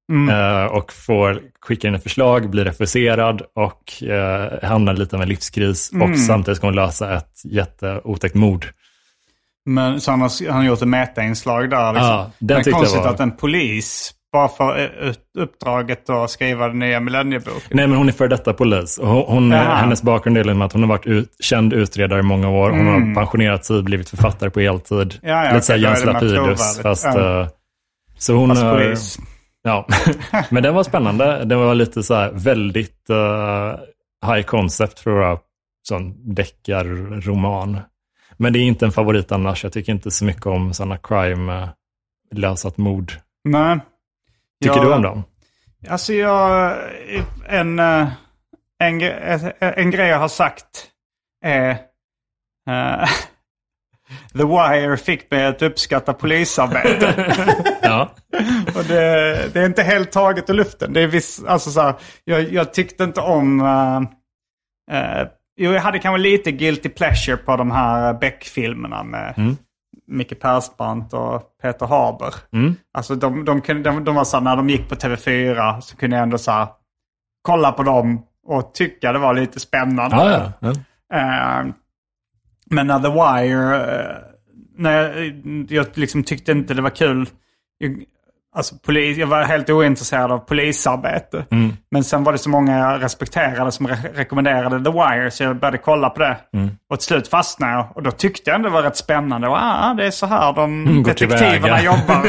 Mm. Uh, och får skicka in ett förslag, blir refuserad och uh, hamnar lite med livskris. Mm. Och samtidigt ska hon lösa ett jätteotäckt mord. Men så han har, han har gjort ett metainslag där. Liksom. Ja, det är konstigt var... att en polis bara för uppdraget att skriva den nya millenniebok. Nej, men hon är för detta polis. Hon, hon, hennes bakgrund är med att hon har varit ut, känd utredare i många år. Hon mm. har pensionerat sig, blivit författare på heltid. Ja, ja, lite såhär Jens Lapidus. Fast, ja. uh, så hon, fast polis. Uh, ja, men den var spännande. Den var lite så här väldigt uh, high concept för att vara sån deckarroman. Men det är inte en favorit annars. Jag tycker inte så mycket om sådana crime, uh, lösat mord. Nej. Tycker jag, du om dem? Alltså jag, en, en, en, en grej jag har sagt är uh, The Wire fick mig att uppskatta polisarbete. Ja. Och det, det är inte helt taget ur luften. Det är viss, alltså så här, jag, jag tyckte inte om... Uh, uh, jag hade kanske lite guilty pleasure på de här Beck-filmerna med... Mm. Micke Persbrandt och Peter Haber. Mm. Alltså de, de, de, de var så här, när de gick på T V fyra så kunde jag ändå så här, kolla på dem och tycka det var lite spännande. Ah, ja. Ja. Uh, men när The Wire, uh, när jag, jag liksom tyckte inte det var kul. Jag, alltså, polis, jag var helt ointresserad av polisarbete. Mm. Men sen var det så många jag respekterade som re- rekommenderade The Wire. Så jag började kolla på det. Mm. Och till slut fastnade jag. Och då tyckte jag ändå det var rätt spännande. Och ah, det är så här de mm, detektiverna jobbar.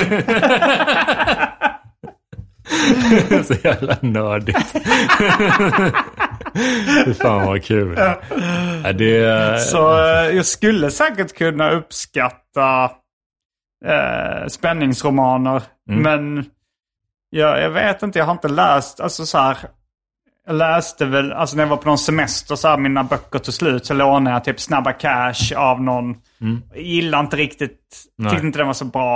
Så jävla nördigt. Det fan vad kul. Ja, det... Så uh, jag skulle säkert kunna uppskatta... Eh, spänningsromaner. Mm. Men jag, jag vet inte, jag har inte läst alltså så här, jag läste väl, alltså när jag var på någon semester så här, mina böcker till slut så lånade jag typ Snabba Cash av någon. Mm. Jag gillade inte riktigt, Nej. tyckte inte den var så bra.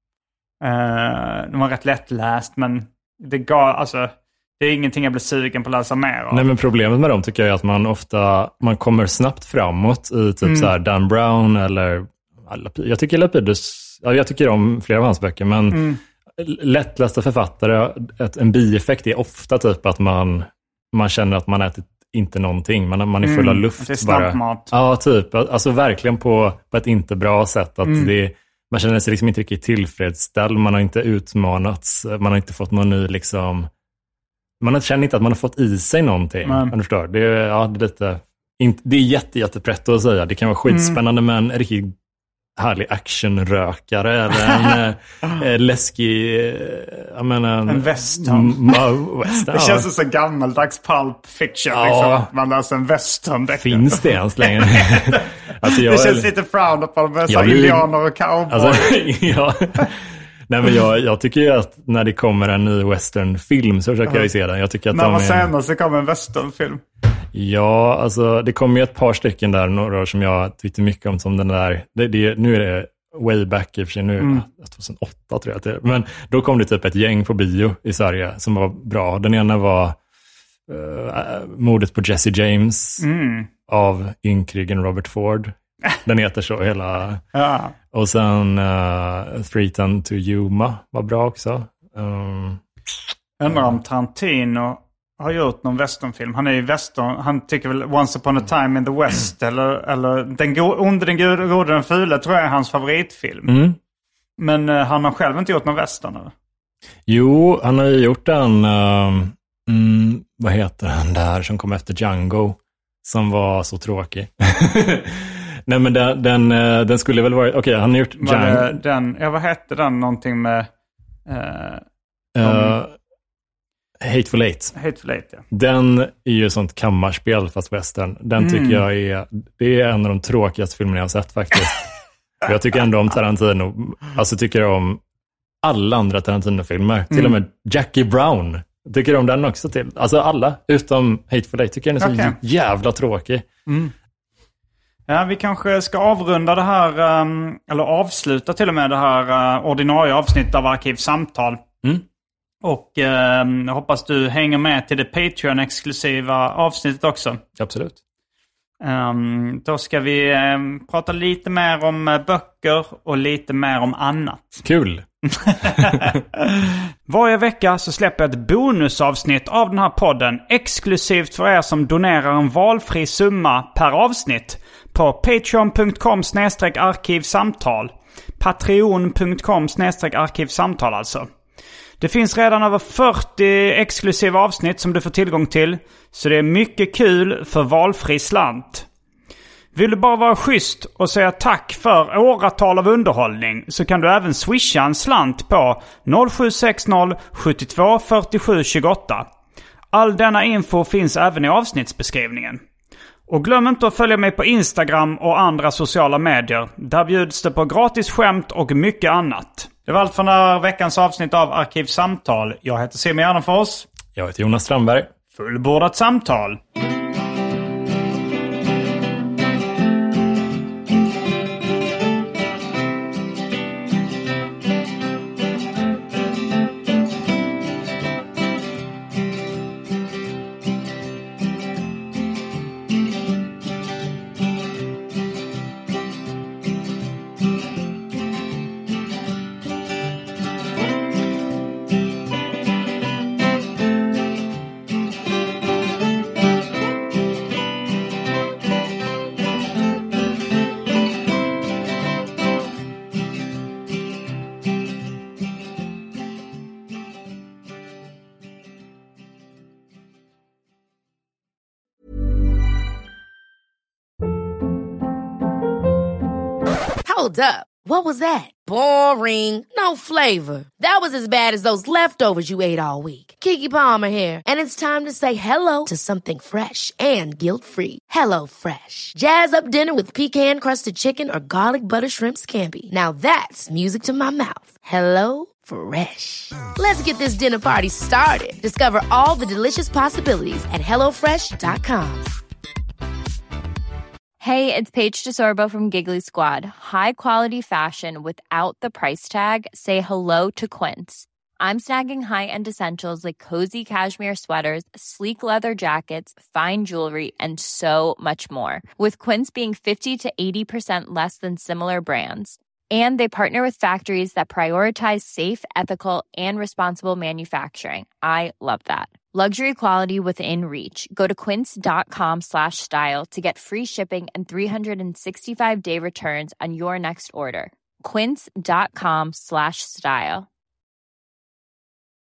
Eh, den var rätt lättläst, men det gav, alltså det är ingenting jag blir sugen på att läsa mer av. Nej, men problemet med dem tycker jag är att man ofta, man kommer snabbt framåt i typ mm. så här Dan Brown eller jag tycker Lapidus, ja, jag tycker om flera av hans böcker, men mm. lättlästa författare, ett, en bieffekt är ofta typ att man, man känner att man ätit inte någonting, man, man är full av luft. Det är snabbmat. Ja, typ. Alltså verkligen på, på ett inte bra sätt. Att mm. det, man känner sig liksom inte riktigt tillfredsställd, man har inte utmanats, man har inte fått någon ny liksom, man känner inte att man har fått i sig någonting. Mm. Jag förstår. Det är, ja, det är lite, inte, det är jätte, jätteprätt att säga. Det kan vara skitspännande, mm. men riktigt härlig actionrökare eller en äh, läskig jag menar, en, en western. M- western det känns ja. så gammaldags pulp fiction ja. liksom. Man läser en western. Finns det ens längre? Alltså, jag, det känns lite frowned på med så indianer och cowboy. Alltså, ja. Nej, men jag, jag tycker ju att när det kommer en ny westernfilm så försöker uh-huh. jag ju se den. Jag tycker att när de var är... senast det kommer en westernfilm? Ja, alltså det kom ju ett par stycken där, några år som jag tyckte mycket om, som den där, det, det, nu är det way back i och för sig, nu mm. tjugohundraåtta tror jag att det är. Men då kom det typ ett gäng på bio i Sverige som var bra. Den ena var uh, mordet på Jesse James mm. av ynkrigen Robert Ford. Den heter så hela. Ja. Och sen uh, Three Ton to Yuma var bra också. Um, Undrar om Tarantino har gjort någon westernfilm. Han är ju western. Han tycker väl Once Upon a Time in the West eller, eller den go- Under den gode den fula tror jag är hans favoritfilm. Mm. Men uh, han har själv inte gjort någon western eller? Jo, han har ju gjort en uh, mm, vad heter den där som kom efter Django som var så tråkig. Nej, men den, den, den skulle väl vara... Okej, okay, han har gjort Django. Den, ja, vad hette den? Någonting med... Uh, uh, Hateful Eight. Hateful Eight, ja. Den är ju sånt kammarspel fast western. Den mm. tycker jag är... Det är en av de tråkigaste filmerna jag har sett faktiskt. Jag tycker ändå om Tarantino. Alltså tycker jag om alla andra Tarantino-filmer. Mm. Till och med Jackie Brown. Tycker om den också till. Alltså alla, utom Hateful Eight. Tycker jag är så okay. jävla tråkig. Mm. Ja, vi kanske ska avrunda det här, um, eller avsluta till och med det här uh, ordinarie avsnittet av Arkivsamtal. Mm. Och um, jag hoppas du hänger med till det Patreon-exklusiva avsnittet också. Absolut. Um, då ska vi um, prata lite mer om uh, böcker och lite mer om annat. Kul. Varje vecka så släpper jag ett bonusavsnitt av den här podden exklusivt för er som donerar en valfri summa per avsnitt på patreon punkt com snedstreck arkivsamtal. patreon punkt com snedstreck arkivsamtal alltså. Det finns redan över fyrtio exklusiva avsnitt som du får tillgång till, så det är mycket kul för valfri slant. Vill du bara vara schysst och säga tack för åratal av underhållning, så kan du även swisha en slant på noll sju sex noll sju två fyra sju två åtta. All denna info finns även i avsnittsbeskrivningen. Och glöm inte att följa mig på Instagram och andra sociala medier. Där bjuds det på gratis skämt och mycket annat. Det var allt för den här veckans avsnitt av Arkivsamtal. Jag heter Simon Gärdenfors. Jag heter Jonas Strandberg. Fullbordat samtal. Hold up. What was that? Boring. No flavor. That was as bad as those leftovers you ate all week. Keke Palmer here, and it's time to say hello to something fresh and guilt-free. Hello Fresh. Jazz up dinner with pecan-crusted chicken or garlic butter shrimp scampi. Now that's music to my mouth. Hello Fresh. Let's get this dinner party started. Discover all the delicious possibilities at hello fresh dot com. Hey, it's Paige DeSorbo from Giggly Squad. High quality fashion without the price tag. Say hello to Quince. I'm snagging high-end essentials like cozy cashmere sweaters, sleek leather jackets, fine jewelry, and so much more. With Quince being fifty to eighty percent less than similar brands. And they partner with factories that prioritize safe, ethical, and responsible manufacturing. I love that. Luxury quality within reach. Go to quince.com slash style to get free shipping and three sixty-five day returns on your next order. Quince.com slash style.